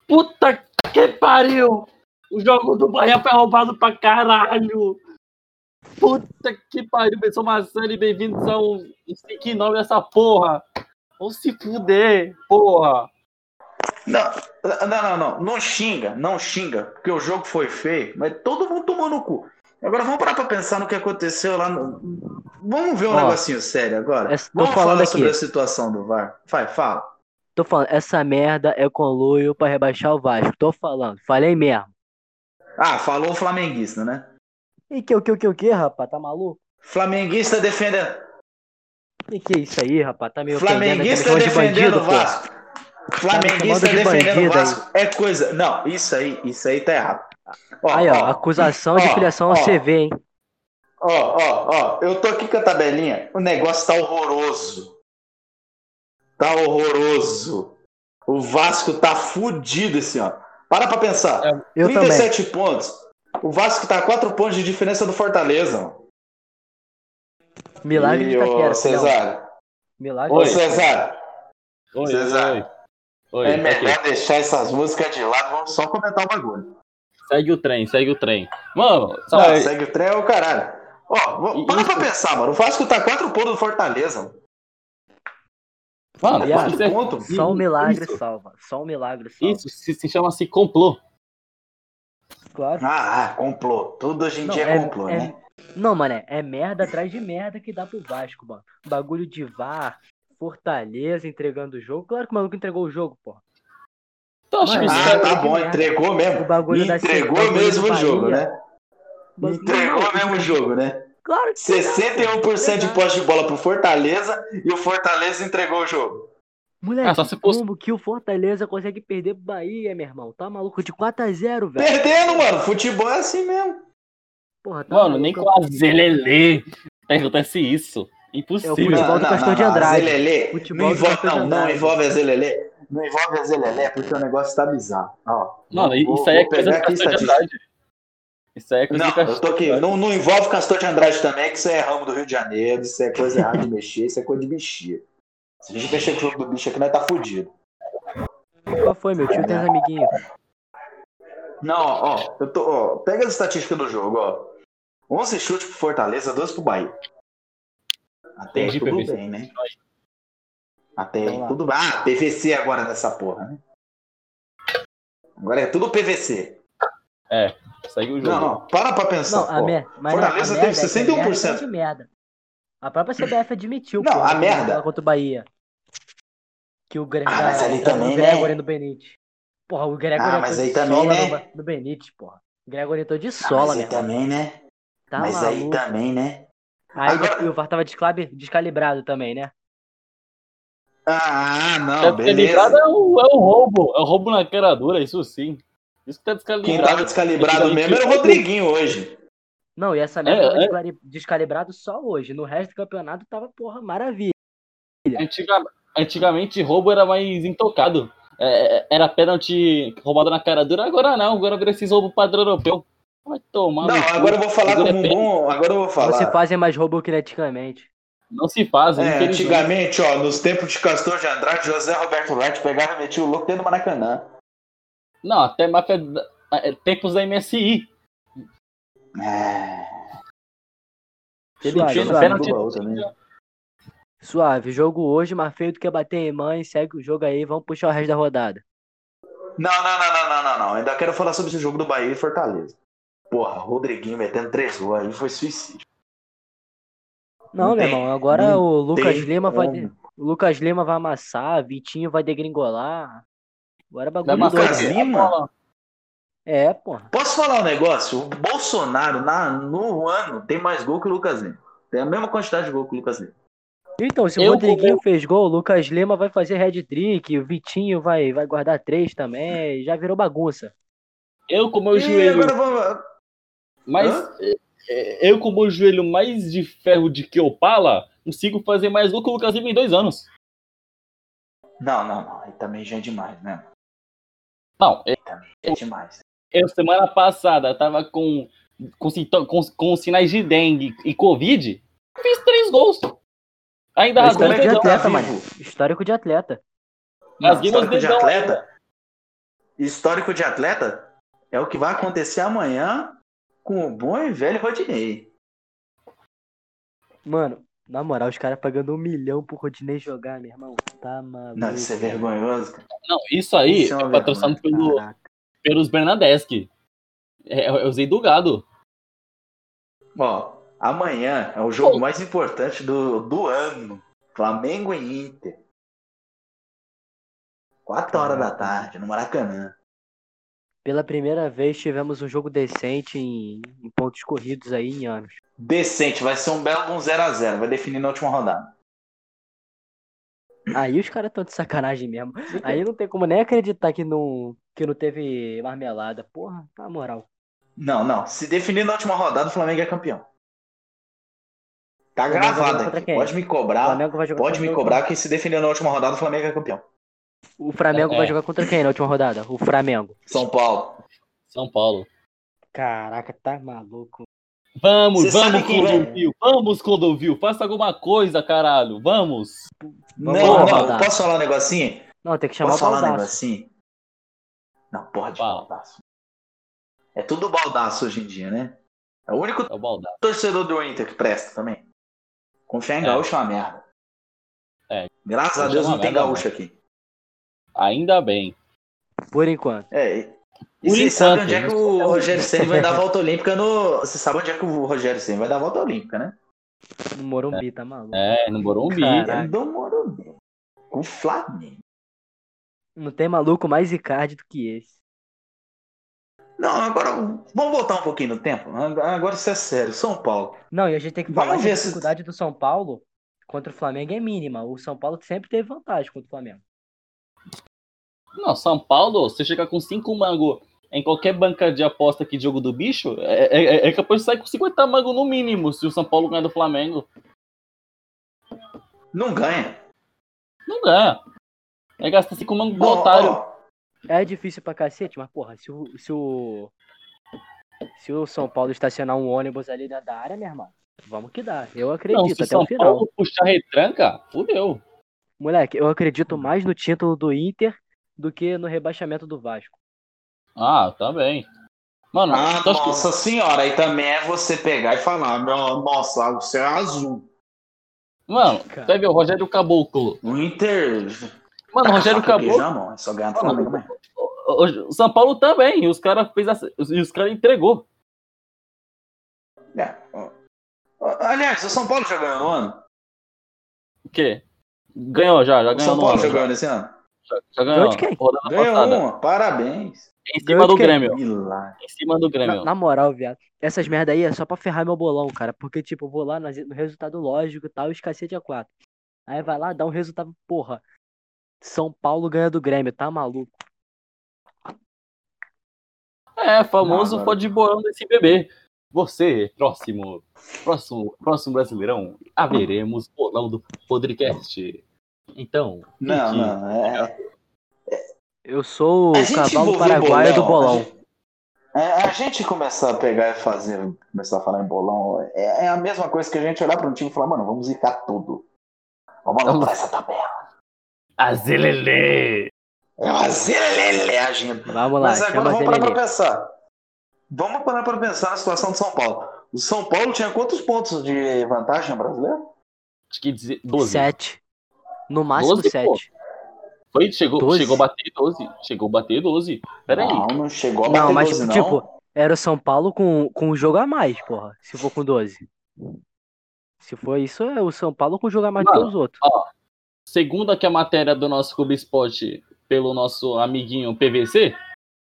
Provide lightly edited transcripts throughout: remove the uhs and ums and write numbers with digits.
Puta que pariu! O jogo do Bahia foi roubado pra caralho! Puta que pariu, pessoal Massani, bem-vindos ao Stick 9 dessa porra! Vamos se fuder, porra! Não xinga, porque o jogo foi feio, mas todo mundo tomou no cu. Agora vamos parar pra pensar no que aconteceu lá no... Vamos ver um negocinho sério agora. Vamos falar sobre a situação do VAR. Fala. Tô falando, essa merda é conluio pra rebaixar o Vasco. Tô falando, falei mesmo. Ah, falou o flamenguista, né? E o que, rapaz? Tá maluco? Flamenguista defendendo... E que isso aí, rapaz? Tá meio Flamenguista defendendo o Vasco. Flamenguista defendendo o Vasco é coisa... Não, isso aí tá errado. Acusação de filiação ao CV, hein? Eu tô aqui com a tabelinha. O negócio tá horroroso. Tá horroroso. O Vasco tá fudido esse ano. Para pra pensar. 37 pontos. O Vasco tá a 4 pontos de diferença do Fortaleza, mano. Milagre de Itaquera. Cesar. Milagre. Ô, Cesar. Oi, Cesar. Oi, é melhor deixar essas músicas de lado. Vamos só comentar o bagulho. Segue o trem. Mano, segue o trem é o caralho. Para pra pensar, mano. O Vasco tá 4 pontos do Fortaleza, mano. Mano, só um milagre salva. Só um milagre salva. Isso se chama-se complô. Claro. Complô. Tudo hoje em dia é complô, né? Não, mano, é merda atrás de merda que dá pro Vasco, mano. Bagulho de VAR, Fortaleza entregando o jogo. Claro que o maluco entregou o jogo, porra. Tá bom, entregou mesmo. Entregou mesmo o jogo, né? Entregou mesmo o jogo, né? Claro que 61% de posse de bola pro Fortaleza e o Fortaleza entregou o jogo. Moleque, como que o Fortaleza consegue perder pro Bahia, meu irmão? Tá maluco de 4-0, velho? Perdendo, mano. Futebol é assim mesmo. Porra, tá mano, maluco. nem com a Zelelê acontece isso. Impossível. É o futebol do Castor de Andrade. Não envolve a Zelelê. Não envolve a Zelelé, porque o negócio tá bizarro. Mano, isso aí é coisa do Castor de Andrade. Isso aí é coisa do Castor. Eu tô aqui. Não envolve Castor de Andrade também, que isso é ramo do Rio de Janeiro, isso é coisa errada de mexer, isso é coisa de bixia. Se a gente mexer com o jogo do bicho aqui, nós tá fudido. Qual foi, meu tio? Tem uns amiguinhos. Não, pega as estatísticas do jogo, 11 chutes pro Fortaleza, 12 pro Bahia. Até aí tudo bem, né? Até aí tudo bem. PVC agora nessa porra, né? Agora é tudo PVC. Segue o jogo. Não, para pra pensar. Fortaleza teve 61%. De merda. A própria CBF admitiu. Não, a merda. Contra o Bahia. Que o Gregory. Mas ali também, o Gregory no Benítez. Porra, o Gregory mas aí também, né? No Benítez, porra. O Gregory entrou de sola, mas aí também, né? Tá mas maluco. Aí também, né? Aí o VAR tava descalibrado também, né? Não, beleza. É um roubo. É um roubo na cara dura, isso sim. Isso que tá descalibrado. Quem tava descalibrado mesmo era o Rodriguinho hoje. Não, e essa merda tava descalibrado só hoje. No resto do campeonato tava, porra, maravilha. Antigamente roubo era mais intocado. Era pênalti roubado na cara dura, agora não. Agora virou esses roubos padrão europeu. Vai tomar. Não, agora eu vou falar como um bom. Agora eu vou falar. Não se fazem mais roubo que antigamente. Não se fazem. Antigamente, nos tempos de Castor de Andrade, José Roberto Wright pegava e metia o louco dentro do Maracanã. Não, até tempos da MSI. Suave, jogo hoje, mais feio do que bater em mãe. Segue o jogo aí, vamos puxar o resto da rodada. Não. Ainda quero falar sobre esse jogo do Bahia e Fortaleza. Porra, Rodriguinho metendo 3 gols aí foi suicídio. Não, meu irmão, agora o Lucas Lima vai. O Lucas Lima vai amassar, Vitinho vai degringolar. Agora bagulho doido. Lucas Lima? Porra. Posso falar um negócio? O Bolsonaro no ano tem mais gol que o Lucas Lima. Tem a mesma quantidade de gol que o Lucas Lima. Então, se o Rodriguinho fez gol, o Lucas Lima vai fazer head-trick, o Vitinho vai guardar 3 também, já virou bagunça. Eu com o meu joelho... Eu com o meu joelho mais de ferro de que Opala, consigo fazer mais gol que o Lucas Lima em 2 anos. Não. Aí também já é demais, né? Não, é demais. Eu semana passada tava com sinais de dengue e Covid, fiz 3 gols. Ainda Histórico de atleta, mano. Histórico de atleta. Histórico de atleta? histórico de atleta é o que vai acontecer amanhã com o bom e velho Rodinei. Mano, na moral, os caras pagando 1 milhão pro Rodinei jogar, meu irmão. Tá maluco. Não, isso é vergonhoso, cara. Não, isso aí Isso é uma é patrocinado Caraca. pelos Bernadeschi. Eu usei do gado. Ó, amanhã é o jogo mais importante do ano. Flamengo e Inter. 4 horas da tarde, no Maracanã. Pela primeira vez tivemos um jogo decente em pontos corridos aí em anos. Decente, vai ser um belo 0x0. Vai definir na última rodada. Aí os caras tão de sacanagem mesmo. Aí não tem como nem acreditar que não teve marmelada. Porra, na moral. Não. Se definir na última rodada, o Flamengo é campeão. Tá O Flamengo vai gravado jogar contra aqui. quem? Pode me O cobrar. Flamengo vai jogar Pode me contra cobrar que se definir na última rodada, o Flamengo é campeão. O Flamengo vai jogar contra quem na última rodada? O Flamengo. São Paulo. São Paulo. Caraca, tá maluco. Vamos, Você sabe vamos, quem Clodovil. Vamos, Clodovil. Faça alguma coisa, caralho. Vamos. Não, Baldaço. posso falar um negocinho? Não, tem que chamar Posso o falar um Baldaço. negocinho? Não, pode, Fala. baldaço. É tudo baldaço hoje em dia, né? É o único É o Baldaço. torcedor do Inter que presta também. Confiar em gaúcho é uma merda. É. Graças a Gaúcho Deus é uma não tem merda, gaúcho aqui. Ainda bem. Por enquanto. E Por vocês sabem enquanto, onde é que né? o Rogério Ceni vai dar a volta olímpica no... Você sabe onde é que o Rogério Ceni vai dar a volta olímpica, né? No Morumbi, tá maluco. No Morumbi. Caraca. É do Morumbi. O Flamengo. Não tem maluco mais Icardi do que esse. Não, agora vamos voltar um pouquinho no tempo. Agora isso é sério. São Paulo. Não, e a gente tem que Vamos falar que ver a se- dificuldade do São Paulo contra o Flamengo é mínima. O São Paulo sempre teve vantagem contra o Flamengo. Não, São Paulo, você chegar com 5 mangos em qualquer banca de aposta aqui de jogo do bicho, é capaz de sair com 50 mangos no mínimo se o São Paulo ganhar do Flamengo. Não ganha. Não ganha. É gastar 5 mangos pro Bom, otário. ó, É difícil pra cacete, mas porra, se o São Paulo estacionar um ônibus ali dentro da área, meu irmão, vamos que dá. Eu Não, acredito se até o São final. Paulo puxar retranca, fudeu. Moleque, eu acredito mais no título do Inter do que no rebaixamento do Vasco. Ah, também. Mano, tu acha que- nossa senhora, aí também é você pegar e falar, nossa, o céu é azul. Mano, Cara. vai ver o Rogério Caboclo. O Inter. Mano, o Rogério Caboclo. Não, é só ganhar do Flamengo mesmo. O São Paulo também. E os caras entregou. É, ó. Aliás, o São Paulo já ganhou no ano? O quê? Ganhou já O ganhou São no Paulo ano. já ganhou nesse ano? Já ganhou. Ganhou de quem? Rodada Ganhou passada. uma, parabéns. Em Ganhou cima de do quem? Grêmio. Milagre. Em cima do Grêmio. Na moral, viado, essas merda aí é só pra ferrar meu bolão, cara. Porque, tipo, eu vou lá no resultado lógico e tal, e os cacete é 4. Aí vai lá, dá um resultado, porra. São Paulo ganha do Grêmio, tá maluco? Famoso Não, pode bolão desse bebê. Você, próximo Brasileirão, haveremos bolão do Podcast. Então, fique. Eu sou A o gente cavalo envolveu paraguaio do bolão. A gente começar a pegar e começar a falar em bolão, é a mesma coisa que a gente olhar para um time e falar, mano, vamos zicar tudo. Vamos aloprar essa tabela. Azelele! É uma zeleagem. Vamos lá, Mas agora chama vamos parar Zelelê. para pensar. Vamos parar para pensar na situação do São Paulo. O São Paulo tinha quantos pontos de vantagem no brasileiro? Acho que 12. 7. No máximo 12, 7. Chegou 12? a bater 12. Chegou a bater 12. Pera aí. Não chegou a Não, bater mas 12, não. tipo, era o São Paulo com um jogo a mais, porra. Se for com 12. Se for isso, é o São Paulo com um jogo a mais do que os outros. Ó, segundo aqui a matéria do nosso Clube Esporte pelo nosso amiguinho PVC,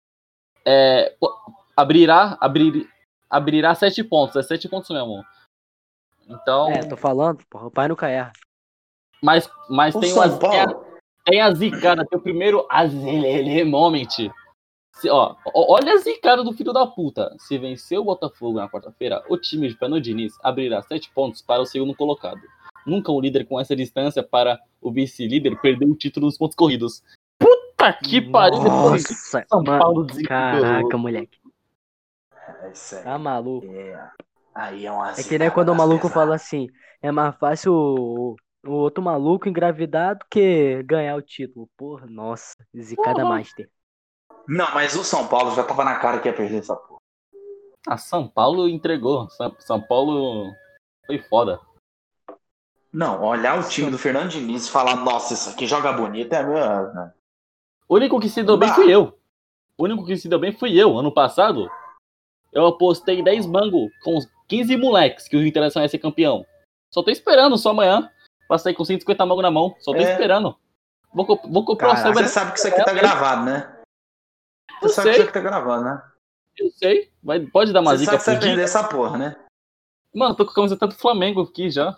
abrirá 7 pontos. É 7 pontos mesmo. Então. Tô falando, porra, o pai não cai. Mas O tem São Paulo. tem a zicada, tem o primeiro Azelele Moment. Olha a zicada do filho da puta. Se vencer o Botafogo na quarta-feira, o time de Fernando Diniz abrirá 7 pontos para o segundo colocado. Nunca um líder com essa distância para o vice-líder perdeu o título dos pontos corridos. Puta que pariu! Depois disso, Nossa, São Paulo mano, desequilibrou. caraca, moleque. É isso aí. Tá maluco. Aí é uma É que nem quando o maluco fala assim, é mais fácil o outro maluco engravidar do que ganhar o título. Porra, nossa, zicada Porra. master. Não, mas o São Paulo já tava na cara que ia perder essa porra. São Paulo entregou. São Paulo foi foda. Não, olhar o time do Fernando Diniz e falar, nossa, isso aqui joga bonito, é meu. O único que se deu bem fui eu. O único que se deu bem fui eu. Ano passado, eu apostei 10 mango com 15 moleques que o Internacional ia ser campeão. Só tô esperando, só amanhã. Passei com 150 mango na mão. Só tô esperando. Vou comprar o seu. Você sabe que isso aqui tá gravado, né? Você sabe que isso aqui tá gravado, né? Eu sei. Pode dar uma zica. Você sabe que você vai perder essa porra, né? Mano, tô com a camiseta do Flamengo aqui já.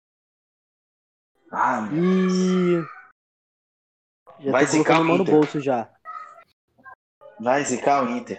Já vai tô colocando a mão no bolso já. Vai zicar o Inter.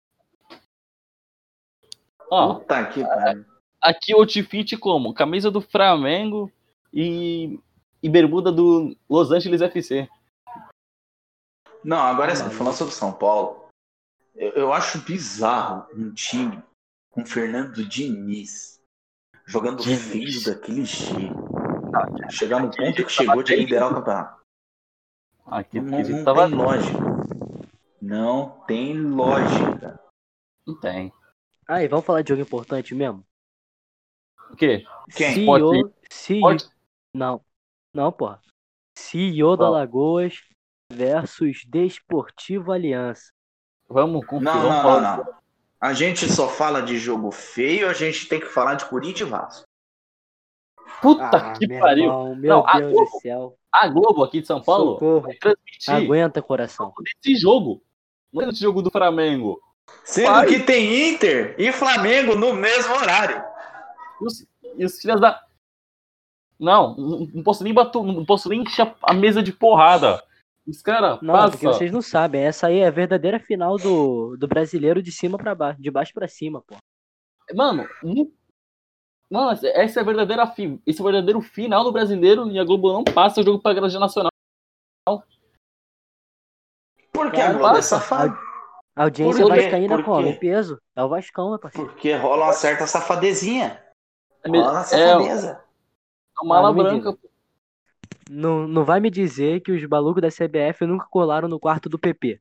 Ó, puta que pariu. Aqui o outfit como? Camisa do Flamengo e bermuda do Los Angeles FC. Não, agora assim, falando sobre São Paulo, eu acho bizarro um time com Fernando Diniz jogando feio daquele jeito. Chegar no ponto que chegou de liderar o campeonato. Não tem lógica. Não tem lógica. Não tem. E vamos falar de jogo importante mesmo? O quê? Quem? CEO. Não, porra. CEO da Alagoas versus Desportivo Aliança. Vamos conferir. Não. A gente só fala de jogo feio, a gente tem que falar de Corinthians e Vasco. Puta que pariu. Meu Deus do céu. A Globo aqui de São Paulo vai transmitir. Aguenta, coração. Desse jogo. Não é desse jogo do Flamengo. Sendo que tem Inter e Flamengo no mesmo horário. E os filhos da... Não posso nem bater, não posso nem encher a mesa de porrada. Os caras passam. Porque vocês não sabem. Essa aí é a verdadeira final do brasileiro de cima pra baixo. De baixo pra cima, pô. Mano, esse é o verdadeiro final do brasileiro e a Globo não passa o jogo pra grade nacional. Por que a Globo é safada? A audiência vascaína come em peso. É o Vascão, meu parceiro. Porque rola uma certa safadezinha. Rola uma safadeza. É uma mala branca. Não vai me dizer que os malucos da CBF nunca colaram no quarto do PP.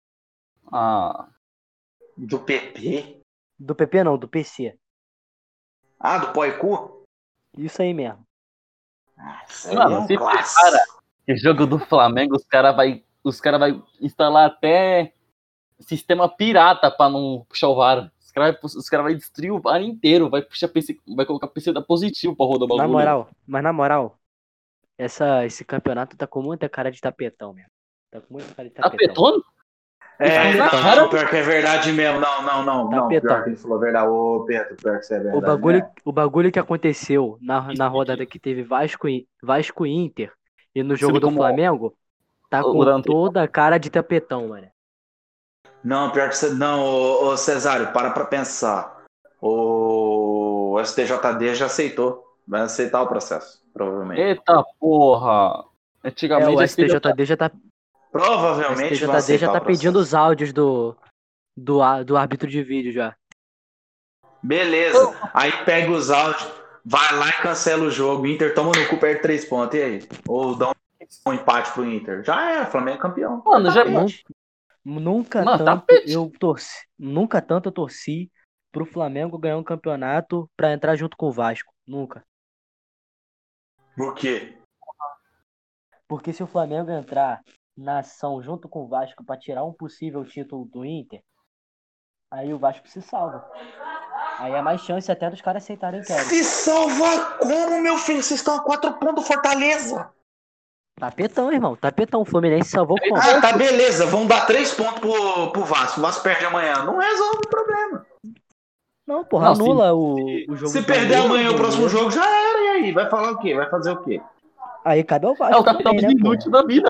Do PP? Do PP não, do PC. Do Poicu? Isso aí mesmo. Mano, se prepara. Que jogo do Flamengo, os caras vai instalar até sistema pirata pra não puxar o VAR. Os caras vai destruir o VAR inteiro, vai colocar PC da positivo pra rodar o bagulho. Na moral, esse campeonato tá com muita cara de tapetão mesmo. Tá com muita cara de tapetão. Tapetão? Pior que é verdade mesmo. Não. Pior que ele falou verdade. Ô, Pedro, pior que isso é verdade. O bagulho que aconteceu na rodada que teve Vasco e Inter e no jogo do Flamengo tá com toda a cara de tapetão, mano. Não, pior que você... Não, ô Cesário, para pensar. O STJD já aceitou. Vai aceitar o processo, provavelmente. Eita porra! Antigamente o STJD já tá... Provavelmente o STJD já tá pedindo os áudios do árbitro de vídeo já. Beleza. Aí pega os áudios, vai lá e cancela o jogo. Inter toma no cu, perde 3 pontos. E aí? Ou dá um empate pro Inter. Já é, Flamengo é campeão. Mano, Nunca tanto eu torci pro Flamengo ganhar um campeonato pra entrar junto com o Vasco. Nunca. Por quê? Porque se o Flamengo entrar na ação junto com o Vasco pra tirar um possível título do Inter, aí o Vasco se salva. Aí é mais chance até dos caras aceitarem que Se salva como, meu filho? Vocês estão a 4 pontos do Fortaleza. Tapetão, irmão. Tapetão. O Fluminense salvou como? Tá beleza. Vão dar 3 pontos pro Vasco. O Vasco perde amanhã. Não resolve o problema. Não, porra. Anula o jogo. Se perder amanhã o próximo jogo, já era. E aí? Vai falar o quê? Vai fazer o quê? Aí cabe ao Vasco. É o tapetão inútil da vida.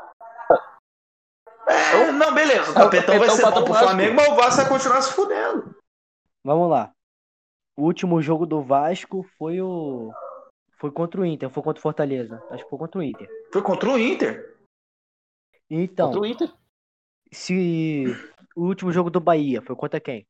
Não, beleza. O tapetão vai ser bom pro Flamengo, mas o Vasco vai continuar se fudendo. Vamos lá. O último jogo do Vasco foi contra o Inter, foi contra o Fortaleza. Acho que foi contra o Inter. Foi contra o Inter? Então, contra o Inter? Se o último jogo do Bahia foi contra quem?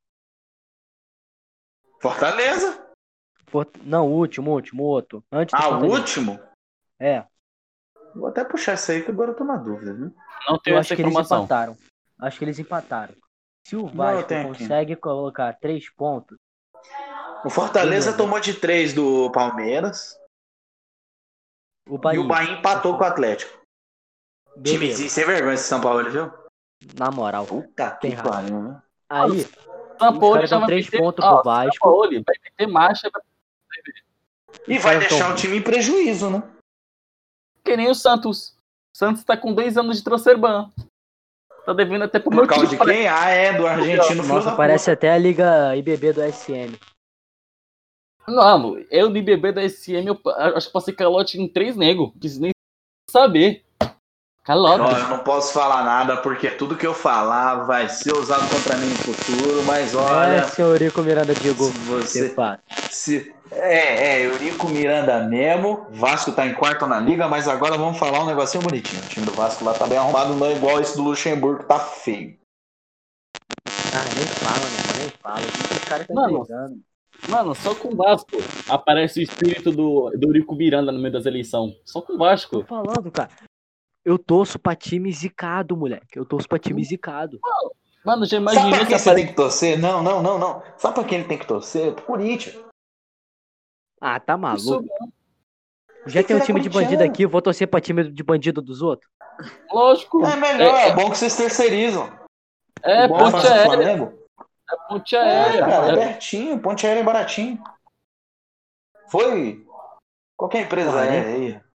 Fortaleza. Não, o último, outro. Antes do o último? É. Vou até puxar isso aí que agora eu tô na dúvida, viu? Não tenho essa informação. Eles empataram. Acho que eles empataram. Se o Não, Vasco tem aqui. consegue colocar 3 pontos, O Fortaleza beleza. tomou de 3 do Palmeiras. O E o Bahia. Bahia empatou com o Atlético. Timezinho Beleza. sem vergonha esse São Paulo, viu? Na moral. Puta Tem que razão. pariu, né? Aí, Sampaoli caras já dão vai 3 meter. pontos pro Vasco. Sampaoli vai meter marcha. E Os vai caras deixar tão- o time em prejuízo, né? Que nem o Santos. O Santos tá com 2 anos de transfer ban. Tá devendo até pro Por meu causa time. de quem? Ah, é, do argentino filho Nossa, da parece puta. até a Liga IBB do SM. Não, eu de bebê da SM, eu acho que passei calote em 3 negros. Quis nem saber. Calote. Ó, eu não posso falar nada porque tudo que eu falar vai ser usado contra mim no futuro, mas olha, Seu Eurico Miranda Digo, se você. de fato. Eurico Miranda mesmo. Vasco tá em quarto na liga, mas agora vamos falar um negocinho bonitinho. O time do Vasco lá tá bem arrumado, não é igual esse do Luxemburgo, que tá feio. Nem fala, né? Nem fala. O que os caras estão Mano, entregando? Mano, só com o Vasco aparece o espírito do Eurico Miranda no meio das eleições. Só com o Vasco. Tô falando, cara. Eu torço pra time zicado, moleque. Eu torço pra time zicado. Mano, já Sabe imaginou pra se quem você aparece... tem que torcer? Não. Sabe pra quem ele tem que torcer? Pro Corinthians. Ah, tá maluco. Já Que tem um filho time de bandido corintiano. aqui, eu vou torcer pra time de bandido dos outros? Lógico. É melhor, é bom que vocês terceirizam. Igual ponte faz o aérea. Flamengo. Ponte aérea. Cara, é pertinho, ponte aérea é baratinho. Foi. Qualquer empresa Porra, né? aérea aí.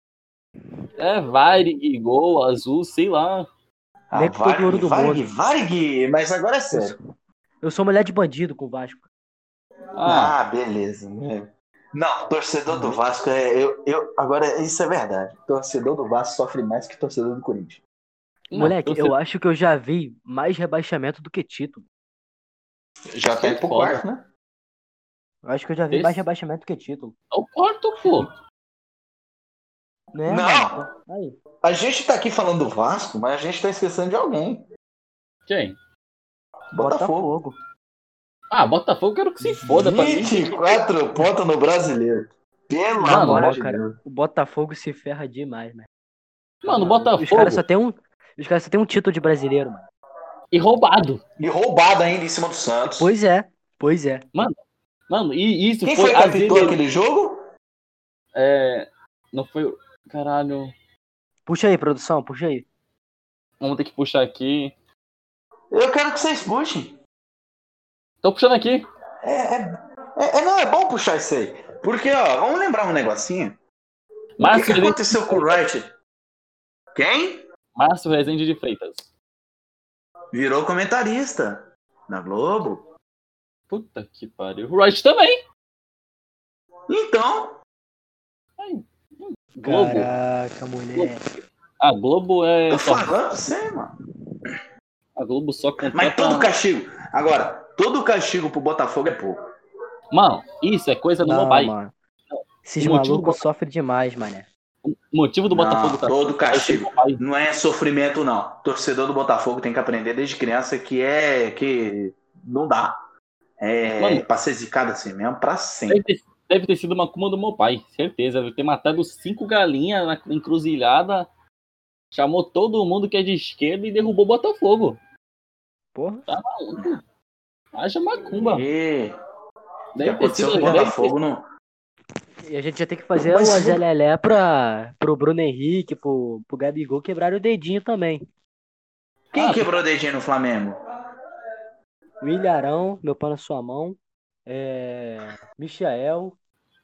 Varig, Gol, Azul, sei lá. Nem com todo ouro do mundo. Varig, mas agora é sério. Eu sou mulher de bandido com o Vasco. Beleza. Não, torcedor do Vasco agora, isso é verdade. Torcedor do Vasco sofre mais que torcedor do Corinthians. Moleque, eu acho que eu já vi mais rebaixamento do que título. Já tá indo pro quarto, né? Eu acho que eu já vi mais rebaixamento do que título. É o quarto, pô. Né, Não. mano? Aí. A gente tá aqui falando do Vasco, mas a gente tá esquecendo de alguém. Quem? Botafogo. Botafogo eu quero que se foda pra mim. 24 pontos no Brasileiro. Pelo Na amor moral, de cara, Deus. o Botafogo se ferra demais, mano. Mano, o Botafogo... Os caras só tem um título de brasileiro, mano. E roubado. E roubado ainda em cima do Santos. Pois é. Mano, e isso Quem foi... foi que apitou aquele jogo? Não foi... Caralho. Puxa aí, produção, puxa aí. Vamos ter que puxar aqui. Eu quero que vocês puxem. Tô puxando aqui. Não, é bom puxar isso aí. Porque, ó, vamos lembrar um negocinho. O que aconteceu com o Wright? Quem? Márcio Rezende de Freitas. Virou comentarista na Globo. Puta que pariu. O Wright também. Então. Globo. Caraca, mulher. A Globo é... Tô falando pra você, mano. A Globo só contrata... Mas todo castigo. Agora, todo castigo pro Botafogo é pouco. Mano, isso é coisa do mobile. Mano. Esses malucos sofrem demais, mané. O motivo do Botafogo tá... Todo castigo. Não é sofrimento, não. Torcedor do Botafogo tem que aprender desde criança que não dá. Mano, pra ser zicado assim mesmo, pra sempre. Deve ter sido uma cuma do meu pai, certeza. Deve ter matado 5 galinhas na encruzilhada, chamou todo mundo que é de esquerda e derrubou o Botafogo. Porra. Tá maluco. Haja macumba. Deve ter sido o Botafogo não. E a gente já tem que fazer o Azelelé pro Bruno Henrique, pro Gabigol quebrar o dedinho também. Quem quebrou o dedinho no Flamengo? O Ilharão, meu pau na sua mão. Michael.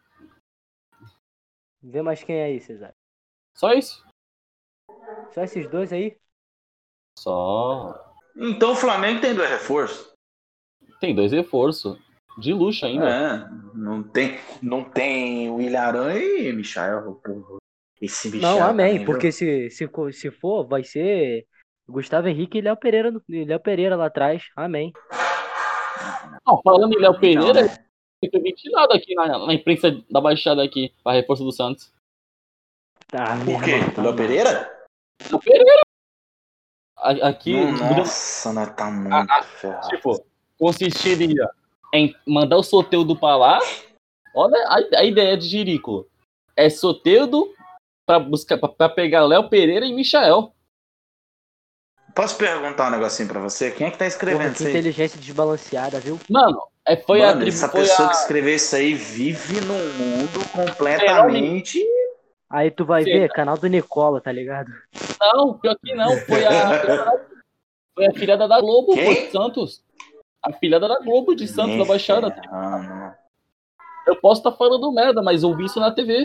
Vê mais quem aí, Cesar. Só isso? Só esses dois aí? Só. Então o Flamengo tem 2 reforços. Tem 2 reforços. De luxo ainda. Não tem o Ilharão e Michael. Esse Michael. Não, amém. Também, porque se for, vai ser Gustavo Henrique e Léo Pereira lá atrás. Amém. Não, falando em Léo Pereira, né? foi ventilado aqui na imprensa da Baixada aqui, para reforço do Santos. Por quê? Léo Pereira? Léo Pereira! Aqui. Nossa, nós tá muito ferrado. Tipo, consistiria em mandar o Soteldo pra lá. Olha a ideia de Jerico. É Soteldo pra pegar Léo Pereira e Michael. Posso perguntar um negocinho pra você? Quem é que tá Porra, escrevendo que isso aí? inteligência desbalanceada, viu? Mano, Mano, essa pessoa que escreveu isso aí vive num mundo completamente... Aí tu vai ver, canal do Nicola, tá ligado? Não, pior que não. Foi a filhada da Globo, pô, de Quem? Santos. A filhada da Globo de Santos, da Baixada. ferrando. Eu posso estar falando merda, mas eu vi isso na TV.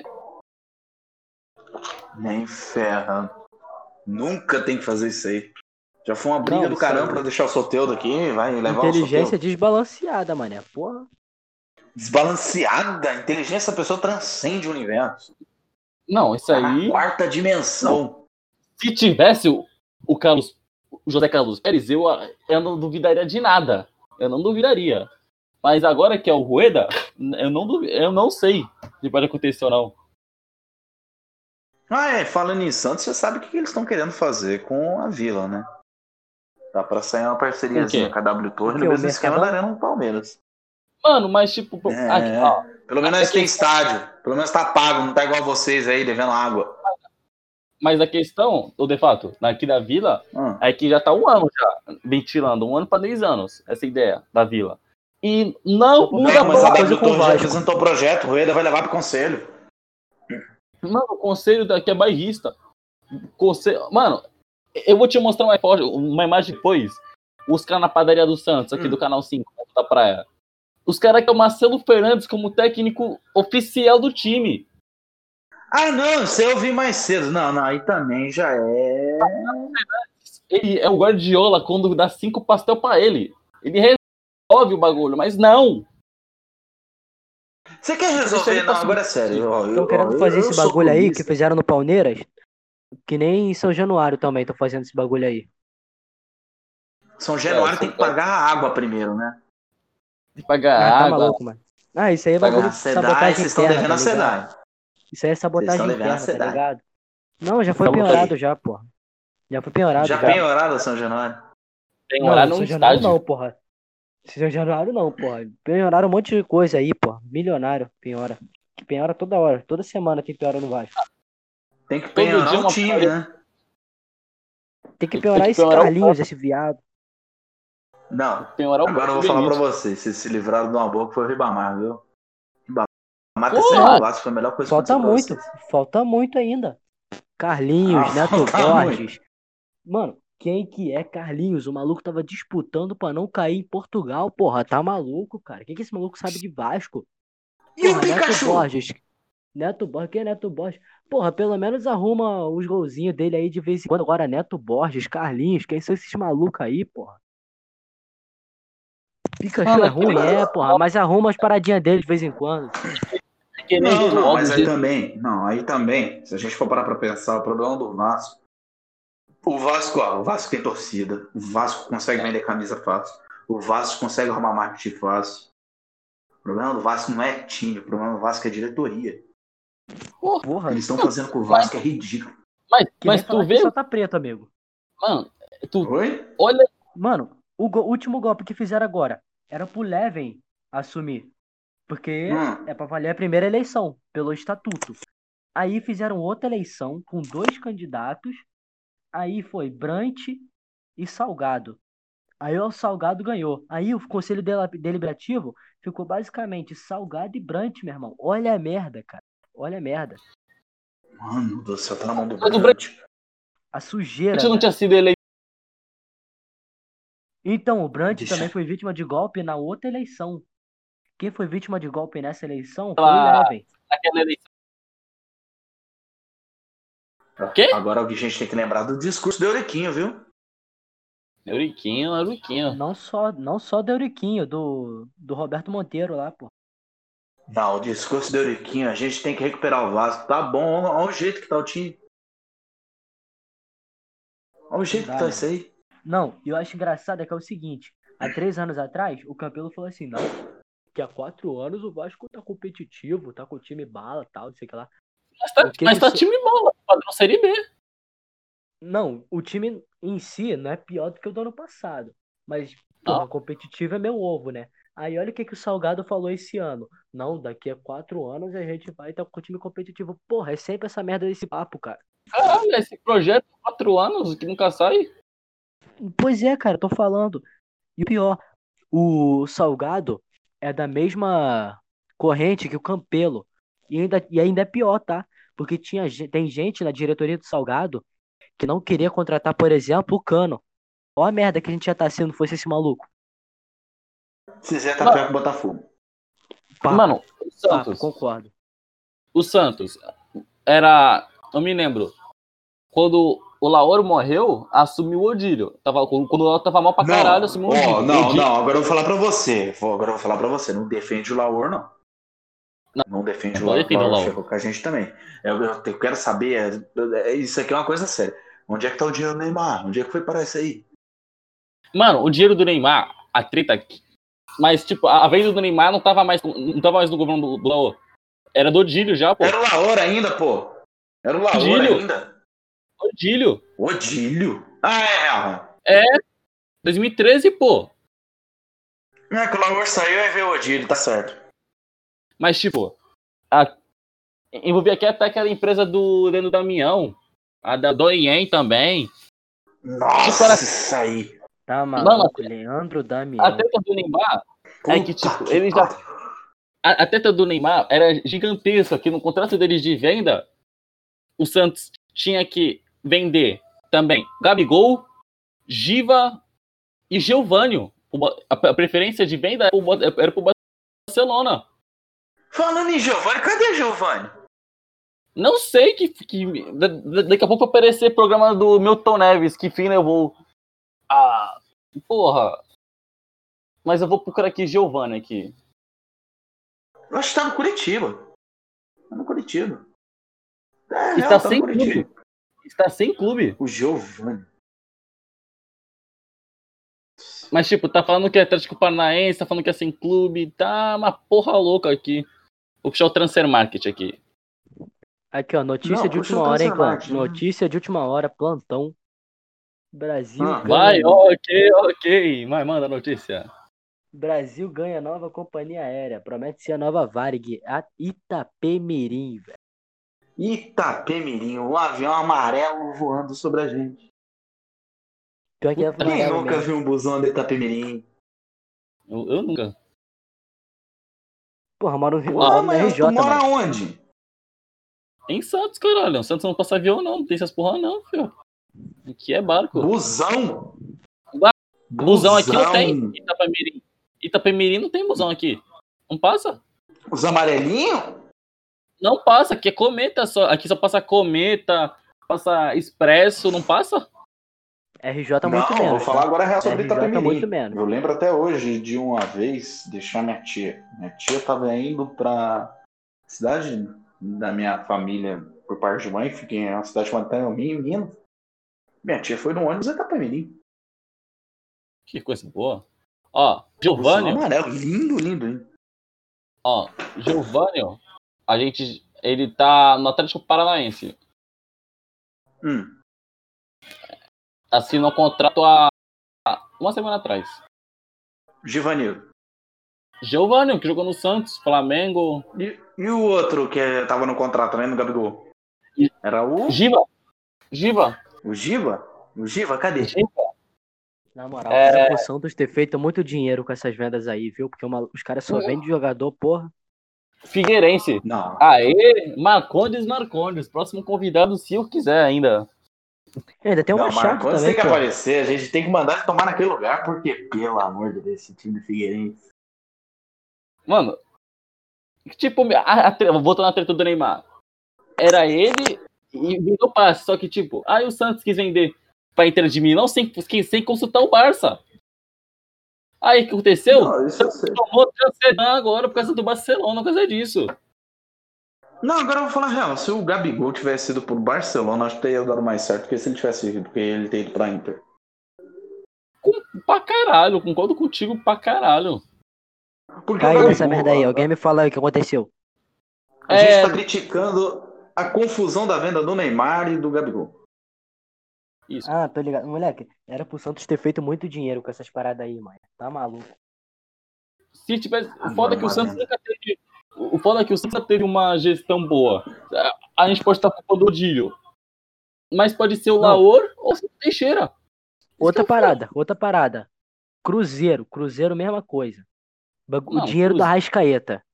Nem ferra. Nunca tem que fazer isso aí. Já foi uma briga Não, do isso caramba aí. pra deixar o Soteldo aqui, vai levar o Inteligência Soteldo. desbalanceada, mané. Porra. Desbalanceada. A inteligência da pessoa transcende o universo. Não, isso Tá na aí. quarta dimensão. Se tivesse o Carlos, o José Carlos Pérez, eu não duvidaria de nada. Eu não duvidaria. Mas agora que é o Rueda, eu não sei se pode acontecer ou não. Ah, falando em Santos, você sabe o que eles estão querendo fazer com a Vila, né? Dá pra sair uma parceriazinha com a W Torre no O mesmo esquema Mercadão? da Arena no Palmeiras. Mano, mas tipo, aqui, ó, Pelo menos nós tem estádio. Pelo menos tá pago, não tá igual vocês aí, devendo água. mas a questão, o de fato, aqui da Vila, é que já tá um ano já ventilando, 1 ano para 10 anos, essa ideia da Vila. E não muda mas a coisa W com o Torre já Vasco. apresentou o projeto, o Rueda vai levar pro conselho. Mano, o conselho daqui é bairrista. Mano, eu vou te mostrar uma imagem depois. Os caras na padaria do Santos, aqui do Canal 5, da praia. Os caras que é o Marcelo Fernandes como técnico oficial do time. Ah, não, isso eu vi mais cedo. Não, aí também já é. Ele é o Guardiola quando dá 5 pastel pra ele. Ele resolve o bagulho, mas não. Você quer resolver? Não, agora é sério. Estão querendo fazer esse bagulho aí que fizeram no Palmeiras? Que nem em São Januário também estão fazendo esse bagulho aí. São Januário tem que pagar a água primeiro, né? Tem que pagar Tá água. maluco, mano. Isso aí é bagulho de sabotagem vocês estão interna, devendo tá a ligado? SEDAI. Isso aí é sabotagem devendo a interna, tá SEDAI. ligado? Não, já foi piorado já, porra. Já foi piorado Já penhoraram São Januário? Penhorar não, num São Januário estádio. não, porra. São Januário não, porra. Penhoraram um monte de coisa aí, porra. Milionário, penhora. Que penhora toda hora. Toda semana tem penhora no Vasco. Tem que penhorar o time, né? Tem que penhorar esse Carlinhos, esse viado. Não, agora eu vou falar pra vocês. Vocês se livraram de uma boa que foi o Ribamar, viu? Ribamar ter saído do Vasco foi a melhor coisa que aconteceu pra vocês. Falta muito ainda. Carlinhos, Neto Borges. Mano, quem que é Carlinhos? O maluco tava disputando pra não cair em Portugal, porra. Tá maluco, cara? O que esse maluco sabe de Vasco? E o Pikachu? Neto Borges, quem é Neto Borges? Porra, pelo menos arruma os golzinhos dele aí de vez em quando. Agora, Neto Borges, Carlinhos, quem são esses malucos aí, porra? Pikachu é ruim, porra, mas arruma as paradinhas dele de vez em quando. Não, mas aí também, se a gente for parar pra pensar, o problema do Vasco, o Vasco tem torcida, o Vasco consegue vender camisa fácil, o Vasco consegue arrumar marketing fácil. O problema do Vasco não é time, o problema do Vasco é diretoria. Porra. Eles estão fazendo com o Vasco é ridículo. Mas tu vê? Só tá preto, amigo. Mano, Oi? Olha. Mano, o último golpe que fizeram agora era pro Leven assumir. Porque é pra valer a primeira eleição, pelo estatuto. Aí fizeram outra eleição com 2 candidatos. Aí foi Brant e Salgado. Aí o Salgado ganhou. Aí o Conselho Deliberativo ficou basicamente Salgado e Brant, meu irmão. Olha a merda, cara. Olha a merda. Mano do céu, tá na mão do Brant. A sujeira. Não tinha sido eleito. Então, o Brant também foi vítima de golpe na outra eleição. Quem foi vítima de golpe nessa eleição foi o Leven. Naquela eleição. O quê? Agora a gente tem que lembrar do discurso do Euriquinho, viu? Euriquinho. Não só do Euriquinho, do Roberto Monteiro lá, pô. Não, o discurso do Euriquinho, a gente tem que recuperar o Vasco. Tá bom, olha o jeito que tá o time. Olha o jeito que tá isso aí. Não, e eu acho engraçado é que é o seguinte, há 3 anos atrás, o Campelo falou assim, não, que há 4 anos o Vasco tá competitivo, tá com o time bala, tal, não sei o que lá. Mas tá time bola, padrão Série B. Não, o time em si não é pior do que o do ano passado, mas, porra, competitivo é meu ovo, né? Aí olha o que o Salgado falou esse ano. Não, daqui a 4 anos a gente vai estar com o time competitivo. Porra, é sempre essa merda desse papo, cara. Caralho, esse projeto 4 anos que nunca sai. Pois é, cara, tô falando. E o pior, o Salgado é da mesma corrente que o Campelo. E ainda é pior, tá? Porque tem gente na diretoria do Salgado que não queria contratar, por exemplo, o Cano. Ó a merda que a gente já tá sendo, fosse esse maluco. Vocês já tá Mano, pior que Botafogo. Papo, mano, papo, concordo. O Santos era. Eu me lembro. Quando o Lauro morreu, assumiu o Odílio. Quando o Lauro tava mal pra caralho, assumiu o Odílio. Não, agora eu vou falar pra você. Agora eu vou falar pra você. Não defende o Laor, não. Não defende o Não Laor. defende o O Laor Lauro. chegou com a gente também. Eu quero saber. Isso aqui é uma coisa séria. Onde é que tá o dinheiro do Neymar? Onde é que foi parar isso aí? Mano, o dinheiro do Neymar, a treta aqui. Mas, tipo, a venda do Neymar não tava mais no governo do Lauro. Era do Odílio já, pô. Era o Laor ainda, pô. Era o Laor Odílio. ainda. Odílio. Odílio? Ah, É. 2013, pô. é. Que o Laor saiu e veio o Odílio, tá certo. Mas, tipo, envolvia aqui até aquela empresa do Leandro Damião. A da Doyen também. Nossa, Tipo, isso aí. Tá Mano, maluco, Leandro a Damião. treta do Neymar é que, tipo, Puta que ele já. pariu. A treta do Neymar era gigantesca, que no contrato deles de venda, o Santos tinha que vender também Gabigol, Giva e Geovânio. A preferência de venda era pro Barcelona. Falando em Giovanni, cadê Giovanni? Não sei daqui a pouco vai aparecer programa do Milton Neves, que fim eu vou. Ah, porra. Mas eu vou procurar aqui Giovani aqui. Eu acho que tá no Curitiba. Tá no Curitiba. É, Está tá sem no Curitiba. clube. Está sem clube. O Giovanni. Mas, tipo, tá falando que é Atlético Paranaense, tá falando que é sem clube. Tá uma porra louca aqui. Vou puxar o Transfer Market aqui. Aqui, ó, notícia Não, de puxa última o hora, hein, clã? Transfermarkt, né? Notícia de última hora, plantão. Brasil Vai, ganha. ok. Mas manda a notícia. Brasil ganha nova companhia aérea. Promete ser a nova Varig, a Itapemirim, velho. Itapemirim, um avião amarelo voando sobre a gente. Pior que é Puta, Quem amarelo nunca mesmo. viu um busão de Itapemirim? Eu nunca. Porra, moro no Ah, RJ, mas tu mora mano. onde? Em Santos, caralho. Santos não passa avião, não. Não tem essas porra, não, filho. Aqui é barco. Busão? Busão aqui não tem. Itapemirim não tem busão aqui. Não passa? Os amarelinhos? Não passa, aqui é cometa só. Aqui só passa cometa, passa expresso, não passa? RJ Não, muito menos. vou falar tá? agora real sobre RJ muito Itapemirim. menos. Eu lembro até hoje de uma vez deixar minha tia. Minha tia tava indo pra cidade da minha família por parte de mãe, que fica em uma cidade chamada Tanhominho, Minas. Minha tia foi no ônibus Itapemirim. Que coisa boa. Ó, Busão Giovânio, amarelo, lindo, lindo, lindo. ó, Giovânio, ele tá no Atlético Paranaense. Assinou um contrato há uma semana atrás. Givanildo. Giovânio, que jogou no Santos, Flamengo. E o outro que tava no contrato, né, no Gabigol? Era o... Giva. O Giva? O Giva, cadê? Na moral, era pro Santos ter feito muito dinheiro com essas vendas aí, viu? Porque os caras só vendem jogador, porra. Figueirense. Não. Aê, Marcondes. Próximo convidado, se eu quiser ainda. Ainda tem o Machado Marcondes também, tem que pô. aparecer, a gente tem que mandar ele tomar naquele lugar, porque, pelo amor de Deus, esse time do Figueirense. Mano, tipo, voltando na treta do Neymar. Era ele e vendeu passe. Só que, tipo, aí o Santos quis vender pra Inter de Milão sem consultar o Barça. Aí o que aconteceu? Não, isso eu sei. Tomou transferência agora por causa do Barcelona, por causa disso. Não, agora eu vou falar a real. Se o Gabigol tivesse ido pro Barcelona, acho que teria dado mais certo do que se ele tivesse ido, porque ele ter ido pra Inter. Pra caralho, concordo contigo pra caralho. Porque Cai o Gabigol, nessa merda aí, alguém me fala aí o que aconteceu. a gente tá criticando a confusão da venda do Neymar e do Gabigol. Isso. Ah, tô ligado. Moleque, era pro Santos ter feito muito dinheiro com essas paradas aí, mano. Tá maluco. Se tivesse. O foda é que o Santos nunca teve. O foda é que o Santos nunca teve uma gestão boa. A gente pode estar culpando o Odílio. Mas pode ser o Laor ou o Teixeira. Outra parada. Cruzeiro, mesma coisa. O Não, dinheiro do Cruzeiro. Arrascaeta.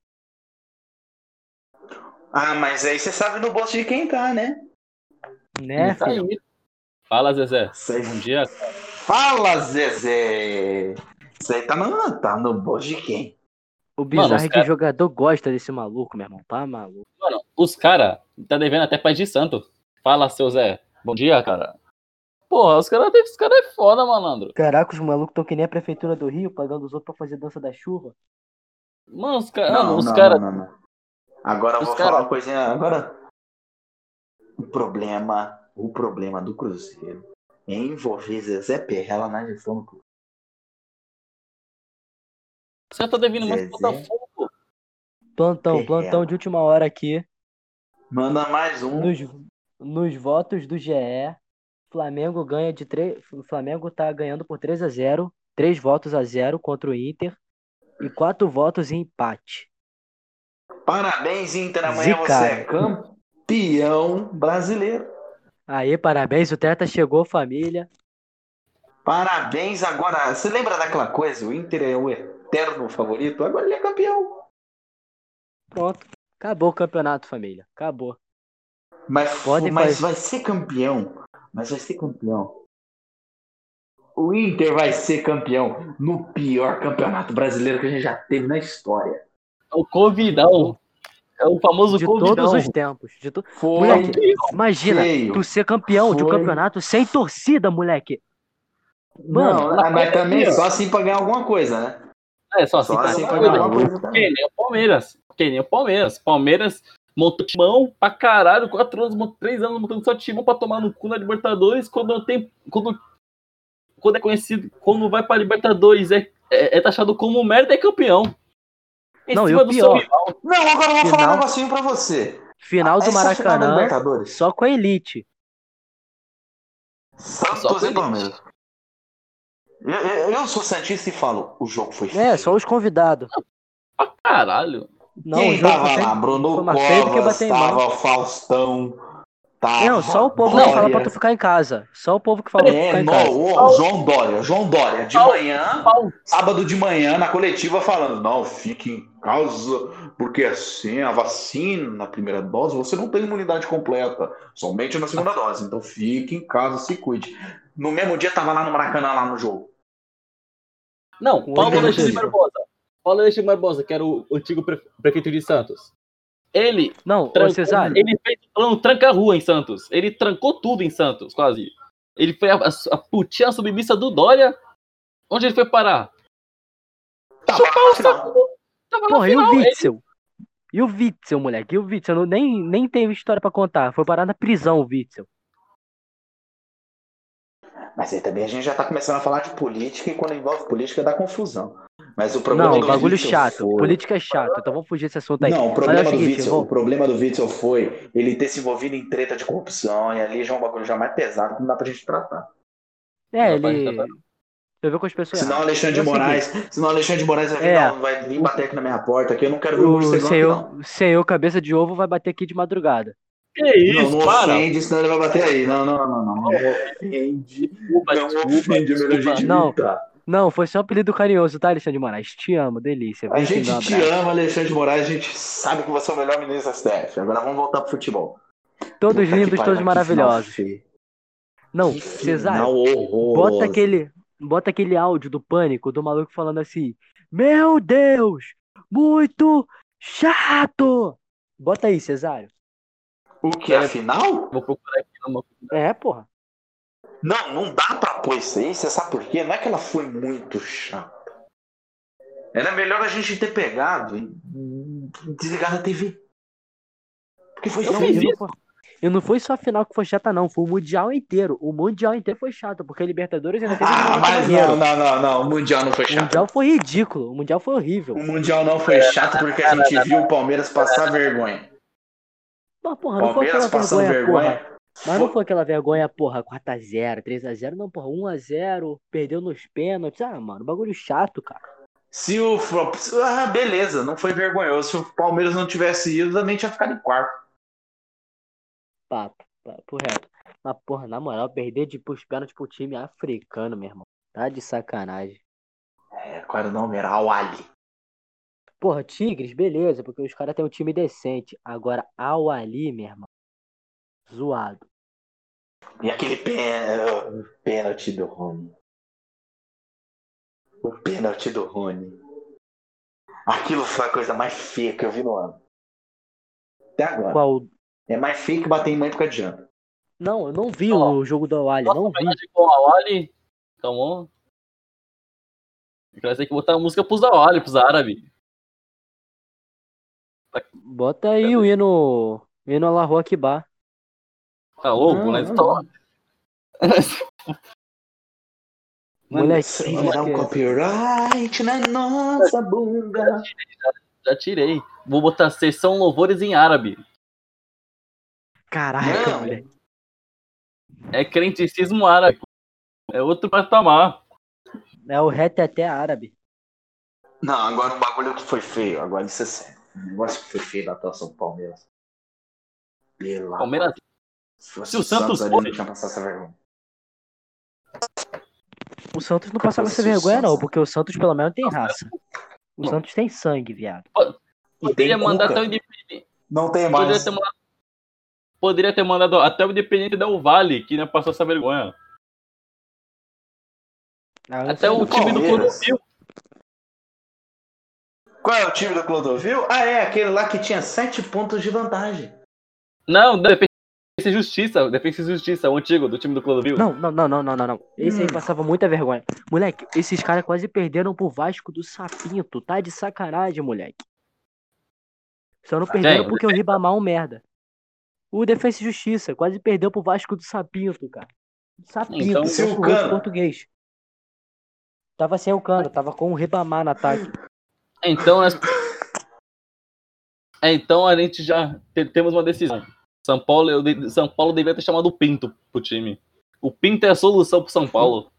Ah, mas aí você sabe no bolso de quem tá, né? Né, Tá filho? aí. Fala, Zezé. Sei. Bom dia. Fala, Zezé! Isso aí tá no bolso de quem? O Mano, bizarro é que o jogador gosta desse maluco, meu irmão. Tá maluco. os cara tá devendo até Pai de Santo. Fala, seu Zé. Bom dia, cara. Porra, os caras é foda, malandro. Caraca, os malucos estão que nem a prefeitura do Rio, pagando os outros pra fazer dança da chuva. Mano, os Não, não, caras. não, não, não. Agora eu Os vou cara, falar uma coisinha. Agora, o problema do Cruzeiro é envolver Zezé Perrela na gestão do clube. os cara tá devendo mais pro Zezé Botafogo, pô. Plantão Perrela. de última hora aqui. Manda mais um. Nos votos do GE, Flamengo ganha de 3. O Flamengo tá ganhando por 3-0. 3 votos a 0 contra o Inter. E 4 votos em empate. Parabéns, Inter. Amanhã você Zicaram. é campeão brasileiro. Aí, parabéns, o Tetra chegou, família. Parabéns. Agora, você lembra daquela coisa? O Inter é o eterno favorito. Agora ele é campeão. Pronto. Acabou o campeonato, família. Acabou. Mas, Podem mas fazer. vai ser campeão. Mas vai ser campeão. O Inter vai ser campeão no pior campeonato brasileiro que a gente já teve na história. É o Covidão. É o famoso De Covidão. todos os tempos. Foi Moleque, imagina, feio. tu ser campeão de um Foi. campeonato sem torcida, moleque. Mano, Não, mas também só assim pra ganhar alguma coisa, né? É, só assim Só pra assim ganhar pra ganhar coisa. alguma coisa Que também. nem o Palmeiras. Que nem o Palmeiras. Palmeiras montou timão pra caralho, 4 anos, 3 anos montando só timão pra tomar no cu na Libertadores. Quando é conhecido, quando vai pra Libertadores, é taxado como merda, é campeão. Em Não, e cima o do seu pior, rival. Não, agora eu vou falar Final- um negocinho pra você. final do Essa final da Maracanã, Libertadores. só com a Elite. Só Santos com e ele. Palmeiras. Eu sou santista e falo, o jogo foi É, feio. só os convidados. Pra caralho. Não, o Quem jogo tava foi lá? feio, Bruno foi mais feio do que Covas, bater em mão. tava o Faustão, tava Não, só o povo que fala pra tu Dória. ficar em casa. Só o povo que fala pra tu É, ficar em no, casa. o João Dória, de manhã, Pau. sábado de manhã, na coletiva, falando, não, fique em casa, porque assim, a vacina na primeira dose, você não tem imunidade completa, somente na segunda dose, então fique em casa, se cuide. No mesmo dia, tava lá no Maracanã, lá no jogo. Não, Com Paulo outra Alexandre notícia. Barbosa. Paulo Alexandre Barbosa, que era o antigo prefeito de Santos. Ele Não, ô Cesário, ele fez um plano tranca-rua em Santos. Ele trancou tudo em Santos, quase. Ele foi a putinha submissa do Dória. Onde ele foi parar? Tava Chupar lá o no final. saco. Tava na porra, e o final. Witzel? E o Witzel, moleque? E o Witzel? Nem teve história pra contar. Foi parar na prisão o Witzel. Mas aí também a gente já tá começando a falar de política, e quando envolve política dá confusão. Mas o problema Não, do bagulho Witzel chato. foi... Política é chato, então vamos fugir desse assunto aí. Não, o Mas é o problema do seguinte, Witzel, o problema do Witzel foi ele ter se envolvido em treta de corrupção, e ali já é um bagulho já mais pesado que não dá pra gente tratar. É, Não, ele envolveu com as pessoas Senão o erradas. Alexandre de É o seguinte, Moraes vai vir, É, vai vir o- bater aqui na minha porta, aqui eu não quero ver o Urso o Cegão aqui, não. senhor cabeça de ovo vai bater aqui de madrugada. Que Não, isso, não para. ofende, senão ele vai bater aí. Não. Não ofende. Desculpa, Não ofende, é melhor a gente Não, evitar. não, foi só um apelido carinhoso, tá, Alexandre de Moraes? Te amo, delícia. A Vem aqui me dar gente um te abraço. ama, Alexandre de Moraes, a gente sabe que você é o melhor ministro da STF. Agora vamos voltar pro futebol. Todos Puta que lindos, pariu, todos que maravilhosos. final feio. Não, Que Cesário, final horroroso. bota aquele áudio do Pânico, do maluco falando assim: Meu Deus, muito chato! Bota aí, Cesário. O que, a final? Vou procurar aqui no É, porra. Não dá pra pôr isso aí, você sabe por quê? Não é que ela foi muito chata. Era melhor a gente ter pegado e desligado a TV. Porque foi Eu Não, fiz feio. isso. e não foi só a final que foi chata, não. Foi o Mundial inteiro. O Mundial inteiro foi chato, porque a Libertadores ainda teve um Ah, momento mas maneiro. não. O Mundial não foi O chato. Mundial foi ridículo. O Mundial foi horrível. O Mundial não foi chato porque a gente viu o Palmeiras passar vergonha. Mas, porra, não foi Palmeiras aquela passando vergonha, porra. vergonha. Mas não foi aquela vergonha, porra, 4-0, 3-0, não, porra, 1-0, perdeu nos pênaltis. Ah, mano, bagulho chato, cara. Se o. Beleza, não foi vergonhoso. Se o Palmeiras não tivesse ido, também tinha ficado em quarto. Papo reto. Mas, porra, na moral, perder pros pênaltis pro time africano, meu irmão. Tá de sacanagem. Qual era o nome? Era Al-Ali. Porra, Tigres, beleza, porque os caras têm um time decente. Agora, Al-Ali, meu irmão. Zoado. E aquele pênalti do Rony. O pênalti do Rony. Aquilo foi a coisa mais feia que eu vi no ano. Até agora. Qual? É mais feio que bater em mãe por causa de janta. Não, eu não vi o jogo do Al-Ali, Nossa, não vi. com a Wally. Calma. Vai ter que botar a música pros da Wally, pros árabes. Bota aí o hino Allahu Akbar. Tá louco, né? Não. Moleque, Sem dar um copyright na nossa bunda. Já tirei. Vou botar sessão louvores em árabe. Caraca, Não. moleque. É crenticismo árabe. É outro patamar. É o reteté árabe. Não, agora um bagulho que foi feio. Agora isso é sério. O negócio que foi feio na atuação do Palmeiras. Pelo Palmeiras. Se Se o Santos ali foi. não tinha passado essa vergonha. O Santos não passava essa vergonha, não, porque o Santos pelo menos tem raça. O Não. Santos tem sangue, viado. Poderia tem mandar Cuca. até o Independente. Não tem mais. Poderia ter mandado até o Independente dar o Vale, que não passou essa vergonha. Até o time do Palmeiras. Clodovil. Qual é o time do Clodovil? Ah, é aquele lá que tinha 7 pontos de vantagem. Não, Defesa e Justiça. Defesa e Justiça, o antigo do time do Clodovil. Não. Esse aí passava muita vergonha. Moleque, esses caras quase perderam pro Vasco do Sapinto. Tá de sacanagem, moleque. Só não perderam porque o Ribamar é um merda. O Defesa e Justiça quase perdeu pro Vasco do Sapinto, cara. Sapinto, Então, sem o Cano. português. Tava sem o Cano, tava com o Ribamar no ataque. Então a gente já temos uma decisão. São Paulo devia ter chamado o Pinto pro time. O Pinto é a solução pro São Paulo.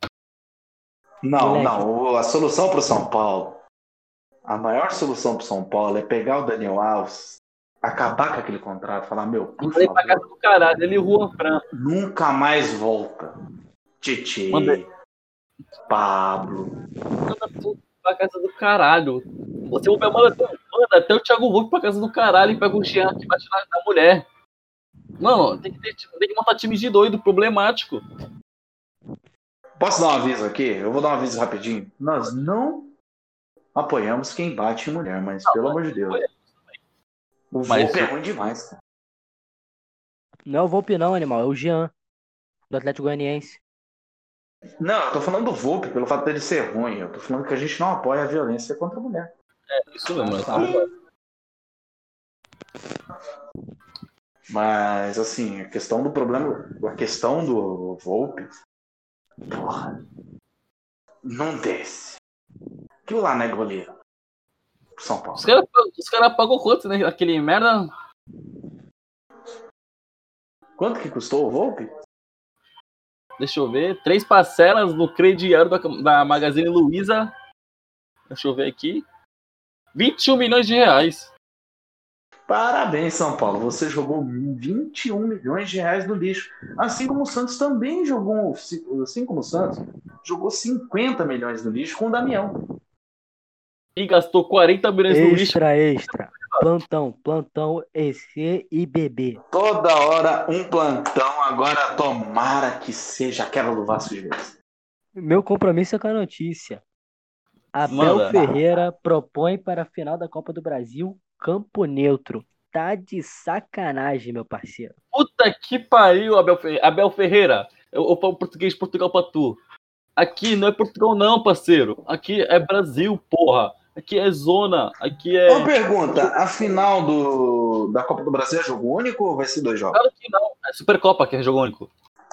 Não. A solução pro São Paulo. A maior solução pro São Paulo é pegar o Daniel Alves, acabar com aquele contrato, falar, meu, por Mandei pra casa favor, do caralho, ele e o Juan Fran. nunca mais volta. Titi, Mandei. Pablo. Manda tudo pra casa do caralho. Você manda até o Thiago Volpe pra casa do caralho e pega o Jean que bate na mulher. Mano, tem que montar time de doido, problemático. Posso dar um aviso aqui? Eu vou dar um aviso rapidinho. Nós não apoiamos quem bate em mulher, mas pelo amor de Deus. O Volpe é ruim demais, cara. Não é o Volpe não, animal, é o Jean, do Atlético Goianiense. Não, eu tô falando do Volpe pelo fato dele ser ruim. Eu tô falando que a gente não apoia a violência contra a mulher. É, isso mesmo. Mas, assim, a questão do Volpe, porra, não desce. Aquilo lá não é goleiro. São Paulo. Os caras pagou quanto, né? Aquele merda. Quanto que custou o Volpe? Deixa eu ver. 3 parcelas no crediário da Magazine Luiza. Deixa eu ver aqui. 21 milhões de reais. Parabéns, São Paulo. Você jogou 21 milhões de reais no lixo. Assim como o Santos também jogou. Assim como o Santos jogou 50 milhões no lixo com o Damião. E gastou 40 milhões no lixo. Extra. Plantão, EC e BB. Toda hora um plantão. Agora tomara que seja a quebra do Vasco de vez. Meu compromisso é com a notícia. Abel Manda. Ferreira propõe para a final da Copa do Brasil campo neutro. Tá de sacanagem, meu parceiro. Puta que pariu, Abel Ferreira. Eu falo português de Portugal pra tu. Aqui não é Portugal não, parceiro. Aqui é Brasil, porra. Aqui é zona. Aqui é... Uma pergunta. A final da Copa do Brasil é jogo único ou vai ser 2 jogos? Claro que não. É Supercopa que é jogo único.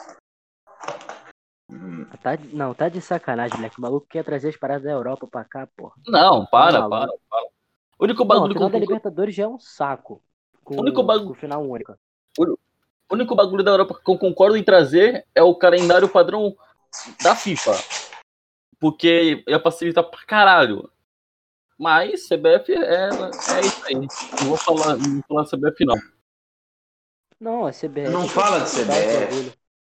Tá de sacanagem, moleque. O maluco quer trazer as paradas da Europa pra cá, porra. Não, para. O único Não, a bagulho final da Libertadores já é um saco. Com o final único. O único bagulho da Europa que eu concordo em trazer é o calendário padrão da FIFA. Porque ia facilitar pra caralho. Mas CBF é isso aí. Não vou falar CBF não. Não, a CBF. Não fala de CBF.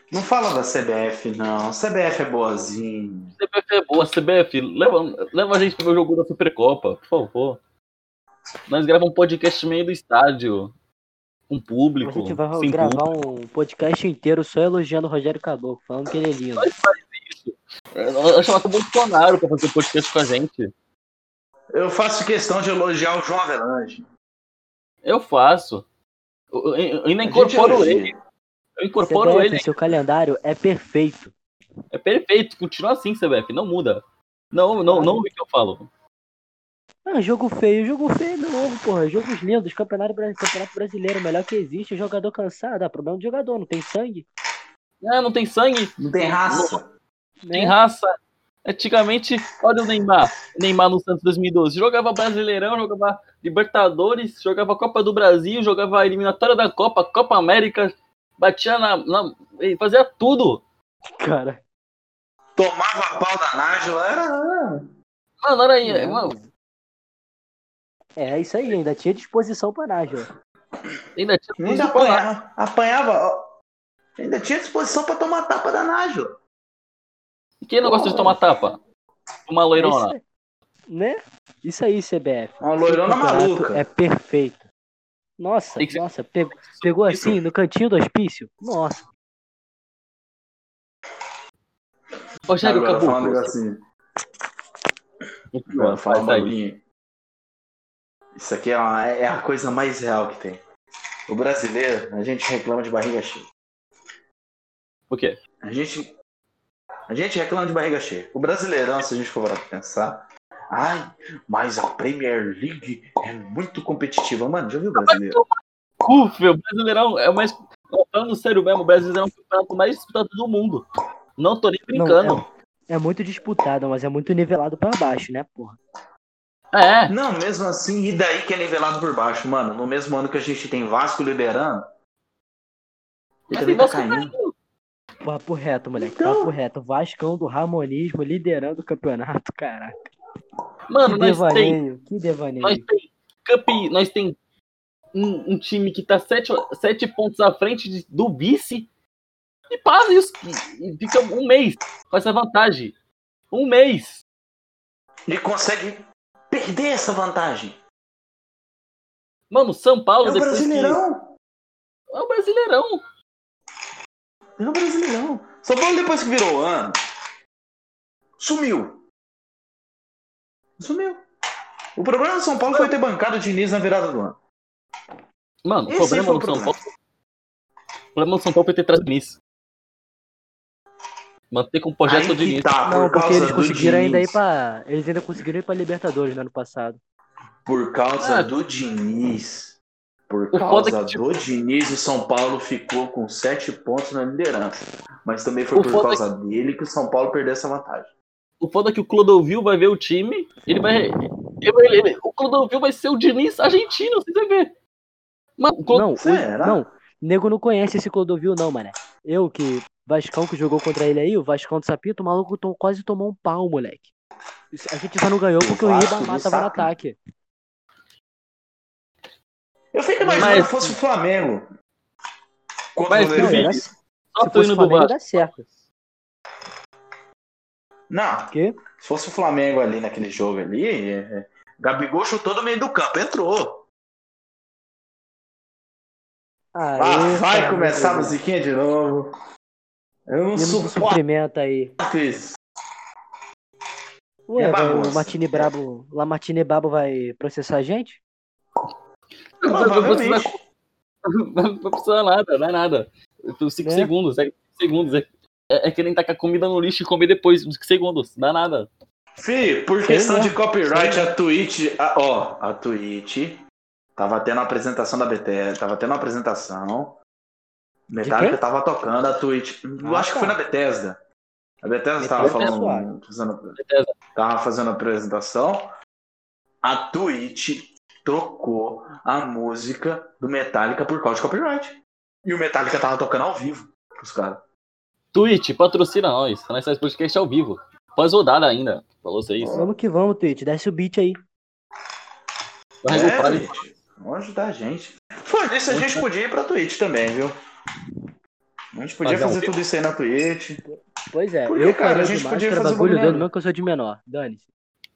Não fala da CBF, não. CBF é boazinha. CBF é boa, CBF. Leva a gente pro jogo da Supercopa, por favor. Nós gravamos um podcast no meio do estádio. Com público. A gente vai sem gravar público. um podcast inteiro só elogiando o Rogério Caboclo, falando que ele é lindo. Nós faz isso. Eu chamar o Bolsonaro pra fazer podcast com a gente. Eu faço questão de elogiar o João Avelange. Eu faço. Eu ainda A gente incorporo elogia. ele. Eu incorporo CBF, ele. seu calendário é perfeito. É perfeito. Continua assim, CBF. Não muda. Não ouve o que eu falo. Ah, jogo feio não, porra. Jogos lindos, campeonato brasileiro, o melhor que existe, jogador cansado. Ah, problema do jogador, não tem sangue. Não tem sangue. Não tem raça. Tem Né? raça. Antigamente, olha o Neymar. Neymar no Santos 2012. Jogava Brasileirão, jogava Libertadores, jogava Copa do Brasil, jogava a eliminatória da Copa, Copa América, batia fazia tudo. Cara. Tomava pau da Nájila, era. Mano, olha aí. Mano, É isso aí, ainda tinha disposição pra Nájila. ainda tinha Ainda apanhava. Ainda tinha disposição pra tomar tapa da Nájila. Quem não gosta de tomar tapa? Uma loirona. É isso, né? Isso aí, CBF. Uma loirona Seu campeonato maluca. É perfeito. Nossa, Tem que ser- nossa, pegou assim no cantinho do hospício? Nossa. Rogério Agora fala um Caboclo. negocinho. Agora fala um Faz aí. bagulhinho. Isso aqui é a coisa mais real que tem. O brasileiro, a gente reclama de barriga cheia. Por quê? A gente reclama de barriga cheia. O Brasileirão, se a gente for para pensar, ai, mas a Premier League é muito competitiva. Mano, já viu o brasileiro? Meu, o Brasileirão é o mais. Falando sério mesmo, o Brasileirão é o campeonato mais disputado do mundo. Não tô nem brincando. É muito disputado, mas é muito nivelado pra baixo, né, porra? É. Não, mesmo assim, e daí que é nivelado por baixo, mano. No mesmo ano que a gente tem Vasco liderando, ele também tá Vasco caindo. Papo reto, moleque. Então- Papo reto. Vascão do Ramonismo liderando o campeonato, caraca. Mano, Que devaneio, que devaneio. Nós tem um time que tá 7 pontos à frente do vice e passa isso. E fica um mês com essa vantagem. Um mês. Ele consegue perder essa vantagem. Mano, São Paulo É o depois Brasileirão. É o Brasileirão. É o Brasileirão. São Paulo, depois que virou o ano, sumiu. O problema do São Paulo foi ter bancado o Diniz na virada do ano. Mano, o Esse problema foi o do São problema. Paulo. O problema do São Paulo foi ter trazido nisso. Manter com o projeto Aí do que Diniz. tá, Não, por porque causa eles do conseguiram ainda Diniz. ir pra. Eles ainda conseguiram ir pra Libertadores no ano passado. Por causa Ah. do Diniz. Por O foda é causa que, tipo- do Diniz, o São Paulo ficou com 7 pontos na liderança. Mas também foi O por foda é causa dele que o São Paulo perdeu essa vantagem. O foda é que o Clodovil vai ver o time, o Clodovil vai ser o Diniz argentino, vocês vão ver. Mano, Será? Não, nego não conhece esse Clodovil, não, mané. Vascão que jogou contra ele aí, o Vascão do Sapito, o maluco quase tomou um pau, moleque. A gente só não ganhou porque o Vasco Ribamar do tava no Sapito. ataque. Eu fico imaginando Mas- que fosse o Flamengo. Contra Mas, o Não, Levi. Não, Felipe, se só tô fosse indo o do Flamengo, Vasco. dá certo. Não, Quê? se fosse o Flamengo ali naquele jogo ali, Gabigol chutou do meio do campo, entrou. Vai começar a musiquinha de novo. Eu não Hino do suporto suprimento aí. isso. Ué, É vai, bagunça. o Martini Brabo, Lamartine Babo vai processar a gente? Provavelmente. Não precisa nada, não é nada. 5 Né? segundos, 5 segundos. É que nem tacar comida no lixo e comer depois, 5 segundos, dá nada. Fih, por Sei questão mesmo, de copyright, sei a Twitch tava tendo a apresentação da Bethesda, tava tendo uma apresentação. Metallica quem? tava tocando a Twitch. Eu Ah, acho que tá. foi na Bethesda. A Bethesda tava Bethesda tava fazendo a apresentação. A Twitch trocou a música do Metallica por causa de copyright. E o Metallica tava tocando ao vivo pros caras. Twitch, patrocina nós. Nós faz podcast ao vivo. Pós-rodada ainda, pra vocês. Vamos que vamos, Twitch. Desce o beat aí. Vai gente. Vamos ajudar a gente. Foi nisso, a gente podia ir pra Twitch também, viu? A gente podia fazer tudo isso aí na Twitch. Pois é, Por que, eu cara? faria A de gente podia máscara, fazer bagulho bagulho doido mesmo que eu sou de menor. Dane-se.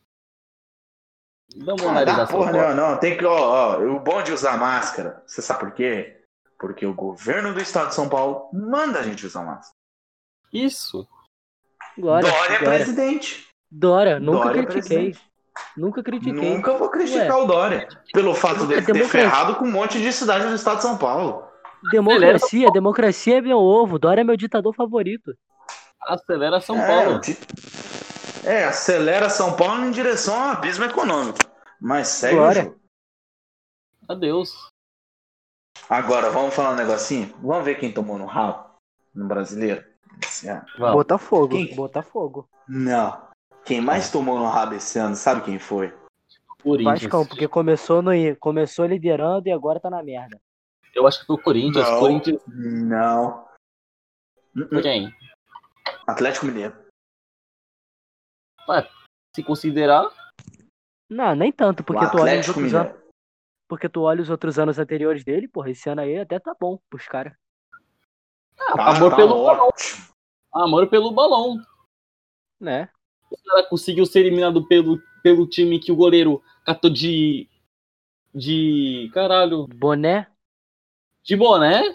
Vamos Dá analisar essa porra, foto. não. Tem que, ó, o bom de usar máscara, você sabe por quê? Porque o governo do estado de São Paulo manda a gente usar máscara. Isso. Glória, Dória é glória. presidente. Dória, nunca Dória é critiquei. presidente. Nunca critiquei. Nunca vou criticar Ué, o Dória pelo fato dele ter democracia. ferrado com um monte de cidade do estado de São Paulo. Democracia é meu ovo. Dória é meu ditador favorito. Acelera São Paulo. Acelera São Paulo em direção ao abismo econômico. Mas segue Glória. o jogo. Adeus. Agora, vamos falar um negocinho? Vamos ver quem tomou no rabo no brasileiro? Vamos. Botafogo. Quem? Botafogo. Não. Quem mais tomou no rabo esse ano, sabe quem foi? Corinthians. Vascão, porque começou liderando e agora tá na merda. Eu acho que foi o Corinthians. Não. Corinthians. Não. Foi quem? Atlético Mineiro. Se considerar. Não, nem tanto, porque O tu olha os Atlético outros anos. Mineiro. Porque tu olha os outros anos anteriores dele, porra, esse ano aí até tá bom pros caras. Amor pelo balão. ótimo. Amor pelo balão. Né? O cara conseguiu ser eliminado pelo time que o goleiro catou de caralho. Boné? De boné.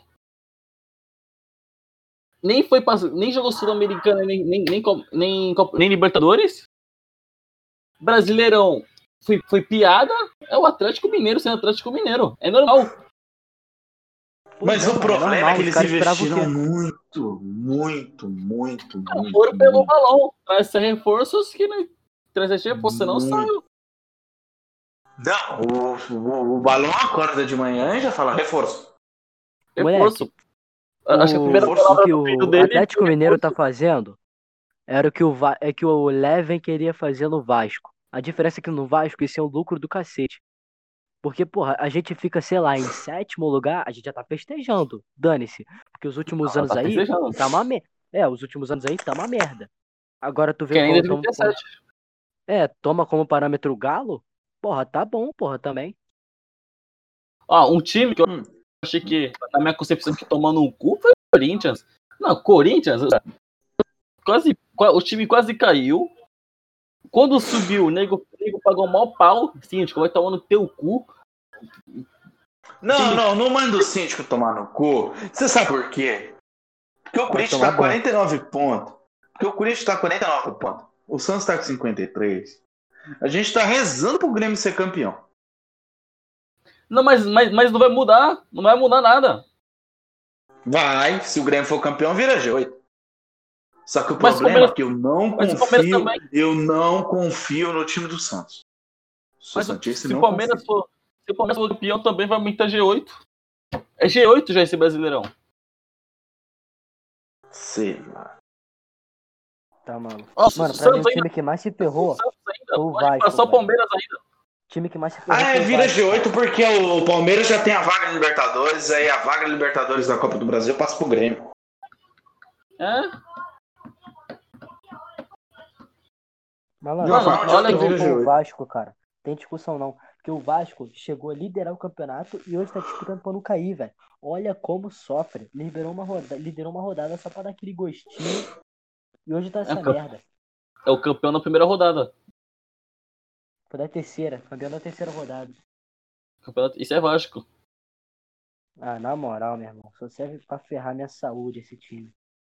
Nem jogou Sul-Americana, nem Libertadores. Brasileirão foi piada. É o Atlético Mineiro sendo Atlético Mineiro. É normal. Mas o problema é que os eles caras esperavam o investiram quê? muito. Foram pelo balão. Traz reforços que não. Traz reforços, você não Muito. saiu. Não, o balão acorda de manhã e já fala reforço. Reforço. Moleque, Acho que a primeira O palavra que do filho o dele. Atlético Mineiro tá fazendo era o que o Leven queria fazer no Vasco. A diferença é que no Vasco isso é um lucro do cacete. Porque, porra, a gente fica, sei lá, em 7º lugar, a gente já tá festejando. Dane-se. Porque os últimos anos tá aí festejando. tá uma merda. os últimos anos aí tá uma merda. Agora tu Que vê ainda é como, 37. toma como parâmetro o Galo, porra, tá bom, porra, também. Um time que eu achei que, na minha concepção, que tomando um cu foi o Corinthians. Não, Corinthians, o time quase caiu. Quando subiu, o nego pagou um mau pau. Síndico, vai tomar no teu cu. Não manda o síndico tomar no cu. Você sabe por quê? Porque o Corinthians tá 49 pontos. O Santos tá com 53. A gente tá rezando pro Grêmio ser campeão. Não, mas não vai mudar. Não vai mudar nada. Vai, se o Grêmio for campeão, vira G8. Só que o Mas problema é que eu não mas o Palmeiras também. confio no time do Santos. Mas se o Palmeiras for campeão, também vai aumentar G8. É G8 já esse Brasileirão. Sei lá. Tá, mano. Nossa, Mano, o pra mim Santos o time que mais se ferrou foi o pode Vasco. passar o velho. Palmeiras ainda. O time que mais se ferrou foi o Vira Vasco. G8 porque o Palmeiras já tem a vaga na Libertadores, aí a vaga na Libertadores da Copa do Brasil passa pro Grêmio. Mas, olha que o Vasco, cara. Tem discussão não. Porque o Vasco chegou a liderar o campeonato e hoje tá disputando pra não cair, velho. Olha como sofre. Liderou uma rodada só pra dar aquele gostinho. E hoje tá essa merda. É o campeão na primeira rodada. Foi da terceira. Campeão da terceira rodada. Isso é Vasco. Ah, na moral, meu irmão. Só serve pra ferrar minha saúde esse time.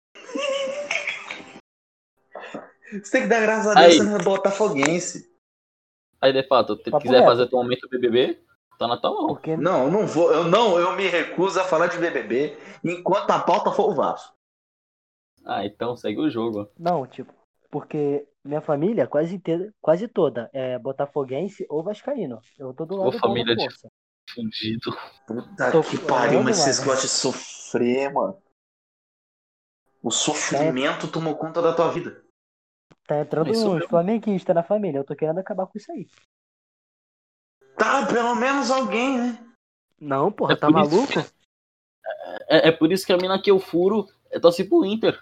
Você tem que dar graças a Deus que você não é botafoguense. Aí, de fato, se quiser fazer atualmente o BBB, tá na tua mão. Porque... Não vou. Eu me recuso a falar de BBB enquanto a pauta for o Vasco. Então segue o jogo. Não, tipo, porque minha família quase toda é botafoguense ou vascaíno. Eu tô do lado do família de força. Fundido. Puta que pariu, mas vocês gostam de sofrer, mano. O sofrimento tomou conta da tua vida. Tá entrando uns flamenguistas na família. Eu tô querendo acabar com isso aí. Tá, pelo menos alguém, né? Não, porra, tá maluco? É por isso que a mina que eu furo é torce pro Inter.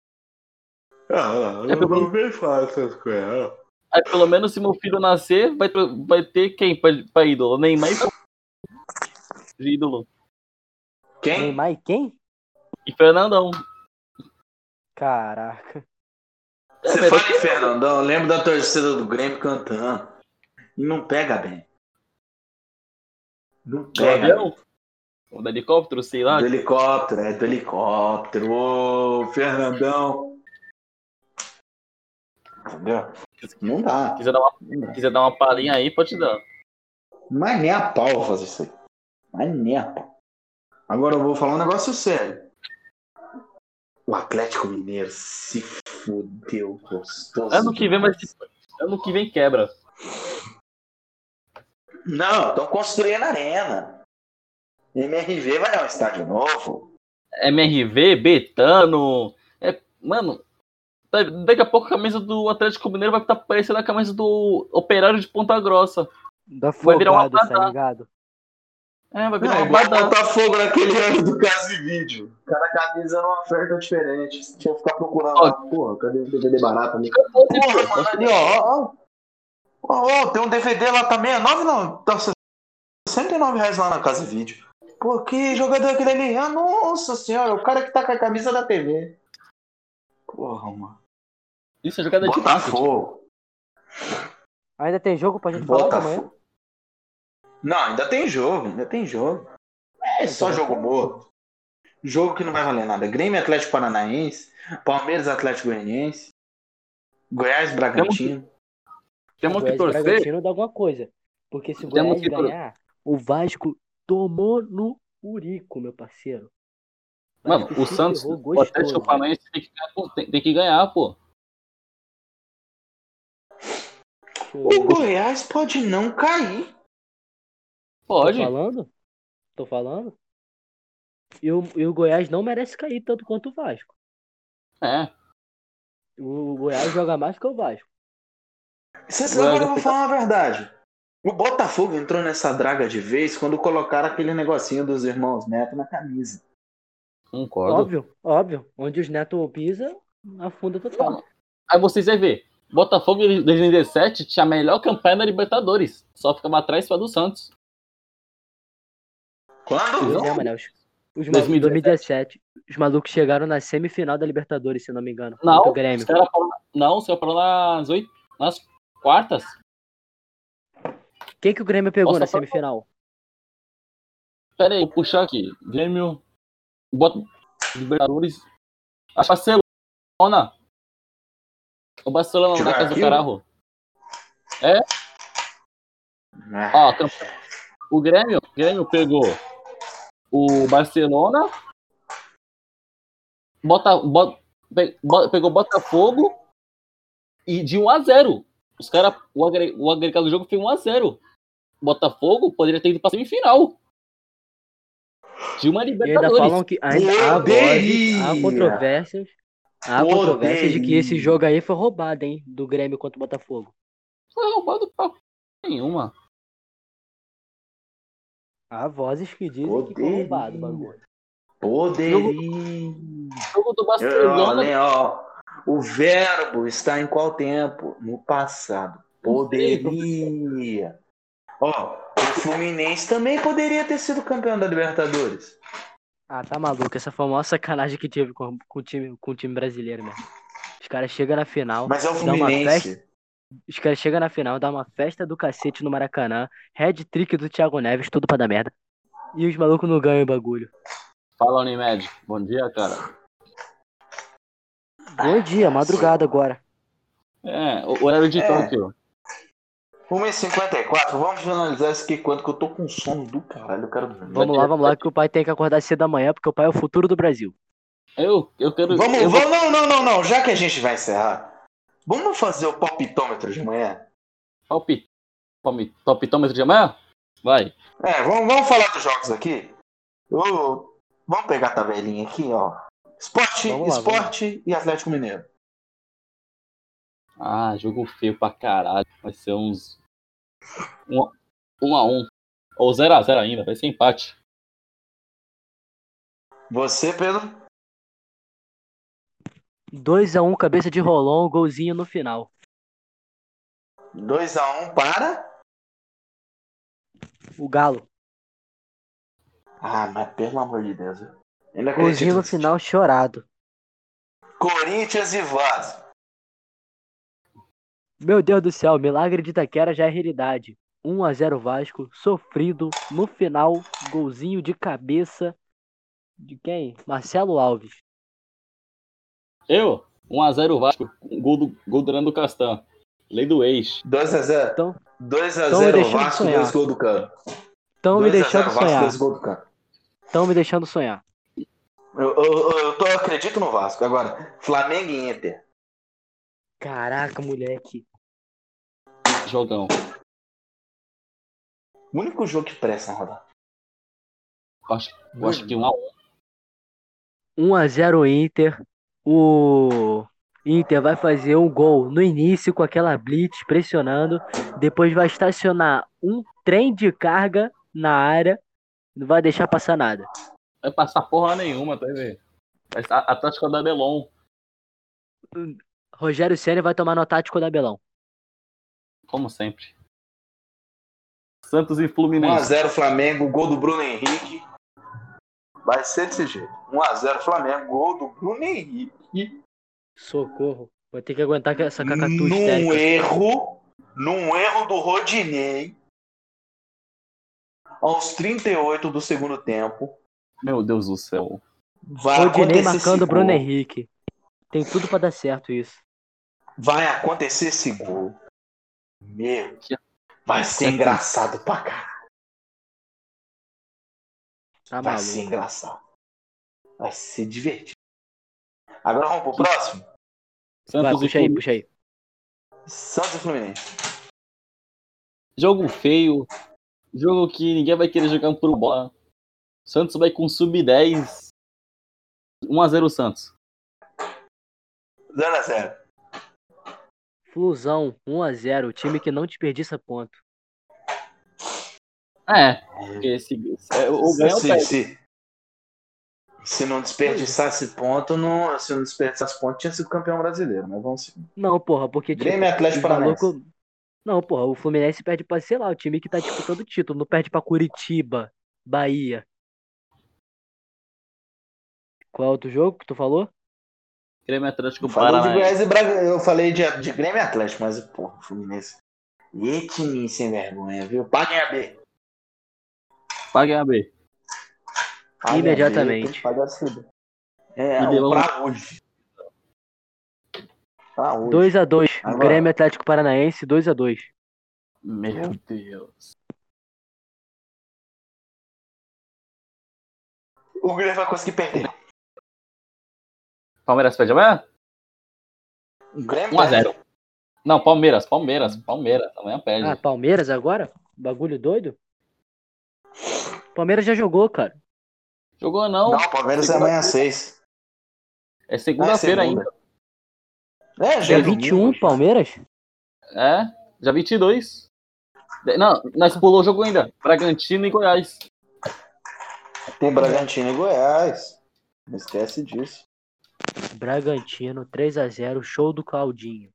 Eu não me falo essas coisas. Aí pelo menos se meu filho nascer, vai ter quem pra ídolo? Neymar e de ídolo. Quem? Neymar e quem? E Fernandão. Caraca. Você fala em Fernandão, eu lembro da torcida do Grêmio cantando. E não pega bem. Não Do pega avião? bem. Ou do helicóptero, sei lá. Do helicóptero, do helicóptero. Ô, Fernandão. Entendeu? Não dá. Quiser dar uma palhinha aí, pode dar. Mas nem a pau fazer isso aí. Mas nem a pau. Agora eu vou falar um negócio sério. O Atlético Mineiro se fudeu gostoso. Ano que vem quebra. Não, estão construindo a arena. MRV vai dar um estádio novo. MRV, Betano. Mano, daqui a pouco a camisa do Atlético Mineiro vai estar parecendo a camisa do Operário de Ponta Grossa. Da Vai virar uma Folgado, tá badá. ligado? Vai virar Não, uma igual o badá. Botafogo naquele ano do Casimiro. Cada camisa era uma oferta diferente. Você tinha que ficar procurando lá. Porra, cadê o DVD barato ali? Porra, mano, ali, ó. Tem um DVD lá, tá 69, não. Tá R$69 lá na Casa e Vídeo. Pô, que jogador é aquele ali? Ah, nossa senhora, o cara que tá com a camisa da TV. Porra, mano. Isso é jogada de marketing. Botafogo. Ainda tem jogo pra gente falar de amanhã? Botafogo. Não, ainda tem jogo. É só jogo morto. Jogo que não vai valer nada. Grêmio Atlético Paranaense, Palmeiras Atlético Goianiense, Goiás Bragantino. Temos que Goiás torcer. Bragantino dá alguma coisa. Porque se o Temos Goiás que ganhar, o Vasco tomou no Urico, meu parceiro. Mano, Vasco o se Santos, ferrou o Atlético gostoso. Paranaense tem que ganhar, pô. O Goiás pode não cair. Pode. Tô falando. E o Goiás não merece cair tanto quanto o Vasco. É. O Goiás joga mais que o Vasco. Agora eu vou falar uma verdade. O Botafogo entrou nessa draga de vez quando colocaram aquele negocinho dos irmãos Neto na camisa. Concordo. Óbvio. Onde os Neto pisa, afunda total. Aí vocês vão ver. Botafogo em 2017 tinha a melhor campanha da Libertadores. Só ficava atrás só do Santos. Quando? Pois é, Manel. Os 2017. os malucos chegaram na semifinal da Libertadores, se não me engano. Não, contra o Grêmio. os caras foram nas quartas. Quem que o Grêmio pegou Nossa, na semifinal? Pera aí, vou puxar aqui. Grêmio, Libertadores. A Barcelona. O Barcelona na casa do caralho. É? Ó, o Grêmio pegou o Barcelona, pegou Botafogo e de 1-0. Os caras, o agregado do jogo foi 1-0. Botafogo poderia ter ido pra semifinal de uma Libertadores. E ainda falam que há controvérsias. Há controvérsias de que esse jogo aí foi roubado, hein? Do Grêmio contra o Botafogo. Foi roubado pra nenhuma. Há vozes que dizem que foi roubado o bagulho. Jogo do Barcelona. O verbo está em qual tempo? No passado. Poderia. O Fluminense também poderia ter sido campeão da Libertadores. Ah, tá maluco. Essa foi a maior sacanagem que tive com o time brasileiro, mesmo. Os caras chegam na final. Mas é o dão uma Fluminense. festa. Os caras chegam na final, dá uma festa do cacete no Maracanã. Head-trick do Thiago Neves, tudo pra dar merda. E os malucos não ganham o bagulho. Fala, Unimed. Bom dia, cara. Bom dia, madrugada agora. O horário de Tóquio. 1h54, vamos finalizar isso aqui quanto que eu tô com sono do caralho, eu quero dormir. Vamos lá, que o pai tem que acordar cedo da manhã, porque o pai é o futuro do Brasil. Eu quero... Não, já que a gente vai encerrar, vamos fazer o palpitômetro de manhã? Palpitômetro de amanhã? Vai. Vamos falar dos jogos aqui. Vamos pegar a tabelinha aqui, ó. Esporte e Atlético Mineiro. Jogo feio pra caralho. Vai ser uns 1-1. Ou 0-0 ainda, vai ser empate. Você, Pedro? 2-1, cabeça de rolão, golzinho no final. 2-1 para? O Galo. Mas pelo amor de Deus. Ainda acredito Golzinho no nesse final chorado. time. Corinthians e Vasco. Meu Deus do céu, milagre de Itaquera já é realidade. 1-0 Vasco, sofrido. No final, golzinho de cabeça de quem? Marcelo Alves. Eu, 1x0 Vasco, gol do Nando Castan. Lei do ex. 2x0. Então, 2x0 deixando Vasco, sonhar. 2 gols do Cano. Estão me deixando 2x0 Vasco, sonhar. 2 gols do Cano. Estão me deixando sonhar. Eu acredito no Vasco. Agora, Flamengo e Inter. Caraca, moleque. Jogão. O único jogo que presta na rodada. Eu acho que 1x1. 1-0 Inter. O Inter vai fazer um gol no início com aquela blitz pressionando. Depois vai estacionar um trem de carga na área. Não vai deixar passar nada. Vai passar porra nenhuma, tá vendo? Atlético da Delon. Rogério Ceni vai tomar no tático da Belão. Como sempre. Santos e Fluminense. 1x0 Flamengo, gol do Bruno Henrique. Vai ser desse jeito. 1x0 Flamengo, gol do Bruno Henrique. Socorro. Vou ter que aguentar essa cacatu histérica. Num erro do Rodinei. Aos 38 do segundo tempo. Meu Deus do céu. Vai Rodinei acontecer marcando esse o Bruno gol. Henrique. Tem tudo pra dar certo isso. Vai acontecer esse gol. Meu. Vai ser engraçado pra caralho. Tá Vai maluco. ser engraçado. Vai ser divertido. Agora vamos pro próximo. Vai, Santos e puxa aí, Fluminense. puxa aí. Santos e Fluminense. Jogo feio. Jogo que ninguém vai querer jogar por bola. Santos vai com sub-10. 1x0 Santos. 0x0. Flusão, 1-0. Time que não desperdiça ponto. Porque ou ganha ou perde. Se não desperdiçasse ponto, se não desperdiçasse ponto, tinha sido campeão brasileiro. Mas vamos seguir. Não, porra, porque tipo, Grêmio e Atlético os Paranaense. malucos. Não, porra, o Fluminense perde pra, sei lá, o time que tá disputando o título. Não perde pra Curitiba, Bahia. Qual é o outro jogo que tu falou? Grêmio Atlético Falei de Paranaense. Goiás e Braga. Eu falei de Grêmio e Atlético, mas, porra, Fluminense. E time sem vergonha, viu? Paguem a B. Paguem a B. Paguem Imediatamente. A B, tem que pagar a C. É, E Delon- pra hoje. Pra hoje. 2-2. Agora. Grêmio Atlético Paranaense, 2-2. Meu Deus. O Grêmio vai conseguir perder. Palmeiras perde amanhã? O Grêmio 1x0. Não, Palmeiras. Amanhã perde. Ah, Palmeiras agora? Bagulho doido? Palmeiras já jogou, cara. Jogou não. Não, Palmeiras é amanhã 6. É segunda-feira segunda. ainda. É, Dia é 21, domingo, já. Palmeiras? Já 22. Não, nós pulou o jogo ainda. Bragantino e Goiás. Tem Bragantino e Goiás. Não esquece disso. Bragantino, 3-0, show do Claudinho.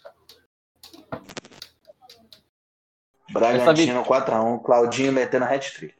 Bragantino 4x1, Claudinho metendo hat-trick.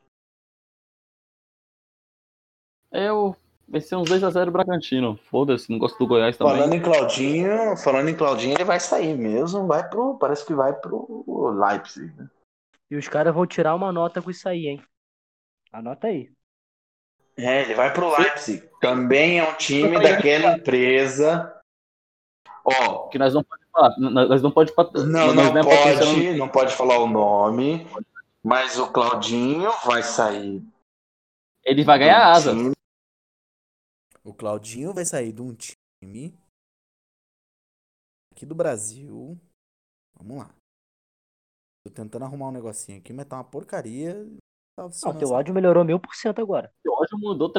Vai ser uns 2x0 Bragantino. Foda-se, não gosto do Goiás também. Falando em Claudinho, ele vai sair mesmo, parece que vai pro Leipzig, né? E os caras vão tirar uma nota com isso aí, hein? Anota aí. É, ele vai pro Leipzig. Também é um time daquela empresa. Ó, Que nós não pode falar. Nós não pode. não pode falar o nome, mas o Claudinho vai sair. Ele vai ganhar asas. O Claudinho vai sair de um time aqui do Brasil. Vamos lá. Tô tentando arrumar um negocinho aqui, mas tá uma porcaria. Tá Não, funcionando teu essa áudio melhorou 1000% agora. O áudio mudou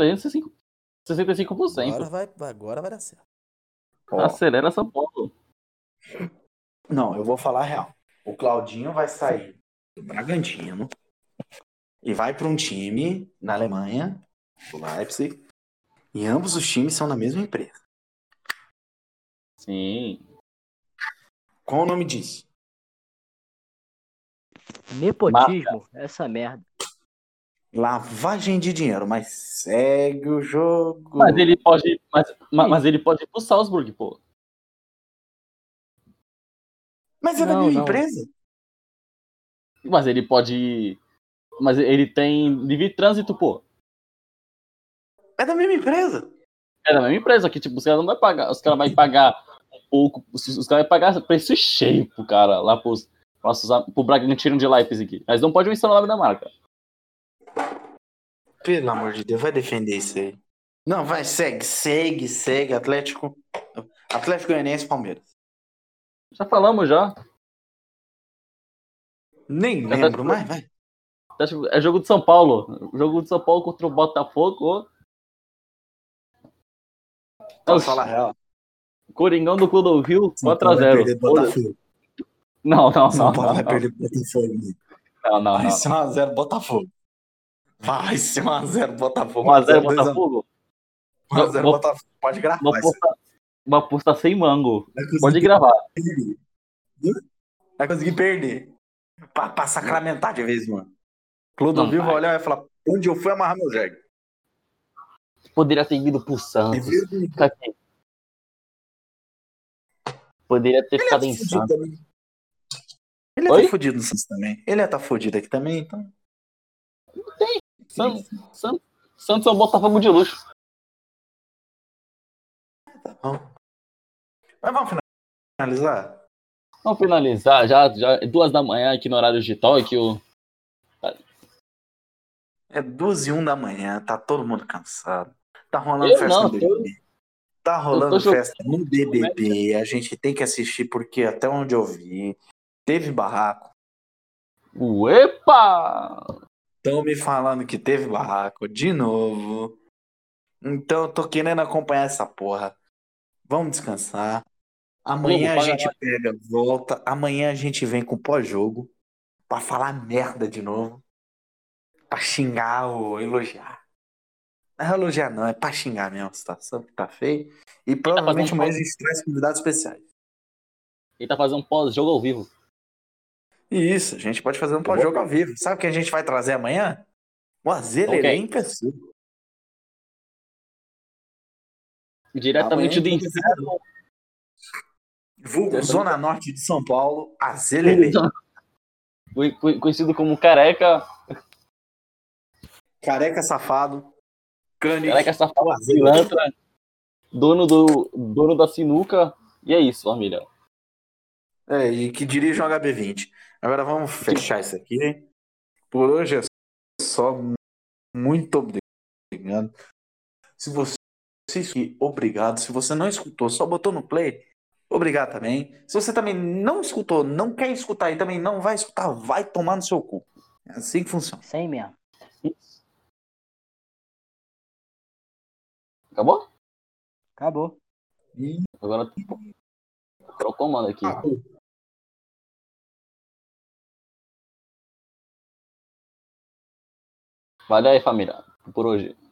65%. Agora vai dar certo. Ó, Acelera São Paulo. não, eu vou falar a real. O Claudinho vai sair do Bragantino e vai para um time na Alemanha, o Leipzig, e ambos os times são na mesma empresa. Sim. Qual o nome disso? Nepotismo, essa merda. Lavagem de dinheiro, mas segue o jogo. Mas ele pode. Mas ele pode ir pro Salzburg, pô. Mas é da Não, minha não. empresa. Mas ele pode. Mas ele tem livre trânsito, pô. É da mesma empresa. É da mesma empresa que, tipo, os caras não vai pagar. Os caras vão pagar um pouco. Os caras vão pagar preço cheio pro cara lá pro Bragantino de Leipzig. Mas não pode mencionar o nome da marca. Pelo amor de Deus, vai defender isso aí. Não, vai, segue. Atlético Goianiense e Palmeiras. Já falamos já. Nem lembro, mas vai. É jogo de São Paulo. Jogo de São Paulo contra o Botafogo. Posso falar a real? Coringão do Clodovil, São Paulo vai 4x0. perder pro Botafogo. Não. São Paulo vai perder pro Botafogo. Não. Vai ser 1x0 Botafogo. Vai ser 1x0 Botafogo. 1x0 Botafogo? 1x0 Botafogo. Pode gravar. Vou apostar sem mango. Pode gravar. Vai conseguir perder. Pra sacramentar de vez, mano. Clodovil vai olhar e vai falar: onde eu fui amarrar meu jegue? Poderia ter ido pro Santos. Poderia ter ficado em Santos. Ele ia estar fudido no Santos também. Ele ia estar fudido aqui também, então. Santos é um Botafogo de luxo. Tá bom. Mas vamos finalizar? Vamos finalizar. Já é 2h aqui no horário de Tóquio. É 2h01 da manhã, tá todo mundo cansado. Tá rolando festa no BBB. Tá rolando festa no BBB. A gente tem que assistir porque até onde eu vi, teve barraco. Uepa! Estão me falando que teve barraco de novo. Então eu tô querendo acompanhar essa porra. Vamos descansar. Amanhã a gente pega, volta. Amanhã a gente vem com pós-jogo pra falar merda de novo. Pra xingar ou elogiar. Não é elogiar não, é pra xingar mesmo a situação que tá feia. E provavelmente amanhã a gente traz convidados especiais. E tá fazendo um pós-jogo ao vivo. Isso, a gente pode fazer um pós-jogo ao vivo. Sabe o que a gente vai trazer amanhã? O Azelelê em pessoa. Diretamente do inferno. Vulgo Zona Norte de São Paulo, Azelelê. Conhecido como Careca. Careca safado. Careca safado, pilantra. Dono da sinuca. E é isso, família. E que dirige um HB20. Agora vamos fechar isso aqui. Por hoje é só. Muito obrigado. Se você obrigado. Se você não escutou, só botou no play, obrigado também. Se você também não escutou, não quer escutar e também não vai escutar, vai tomar no seu cu. É assim que funciona. Sem mesmo. Acabou? Acabou. Agora o comando aqui. Valeu aí, família. Por hoje.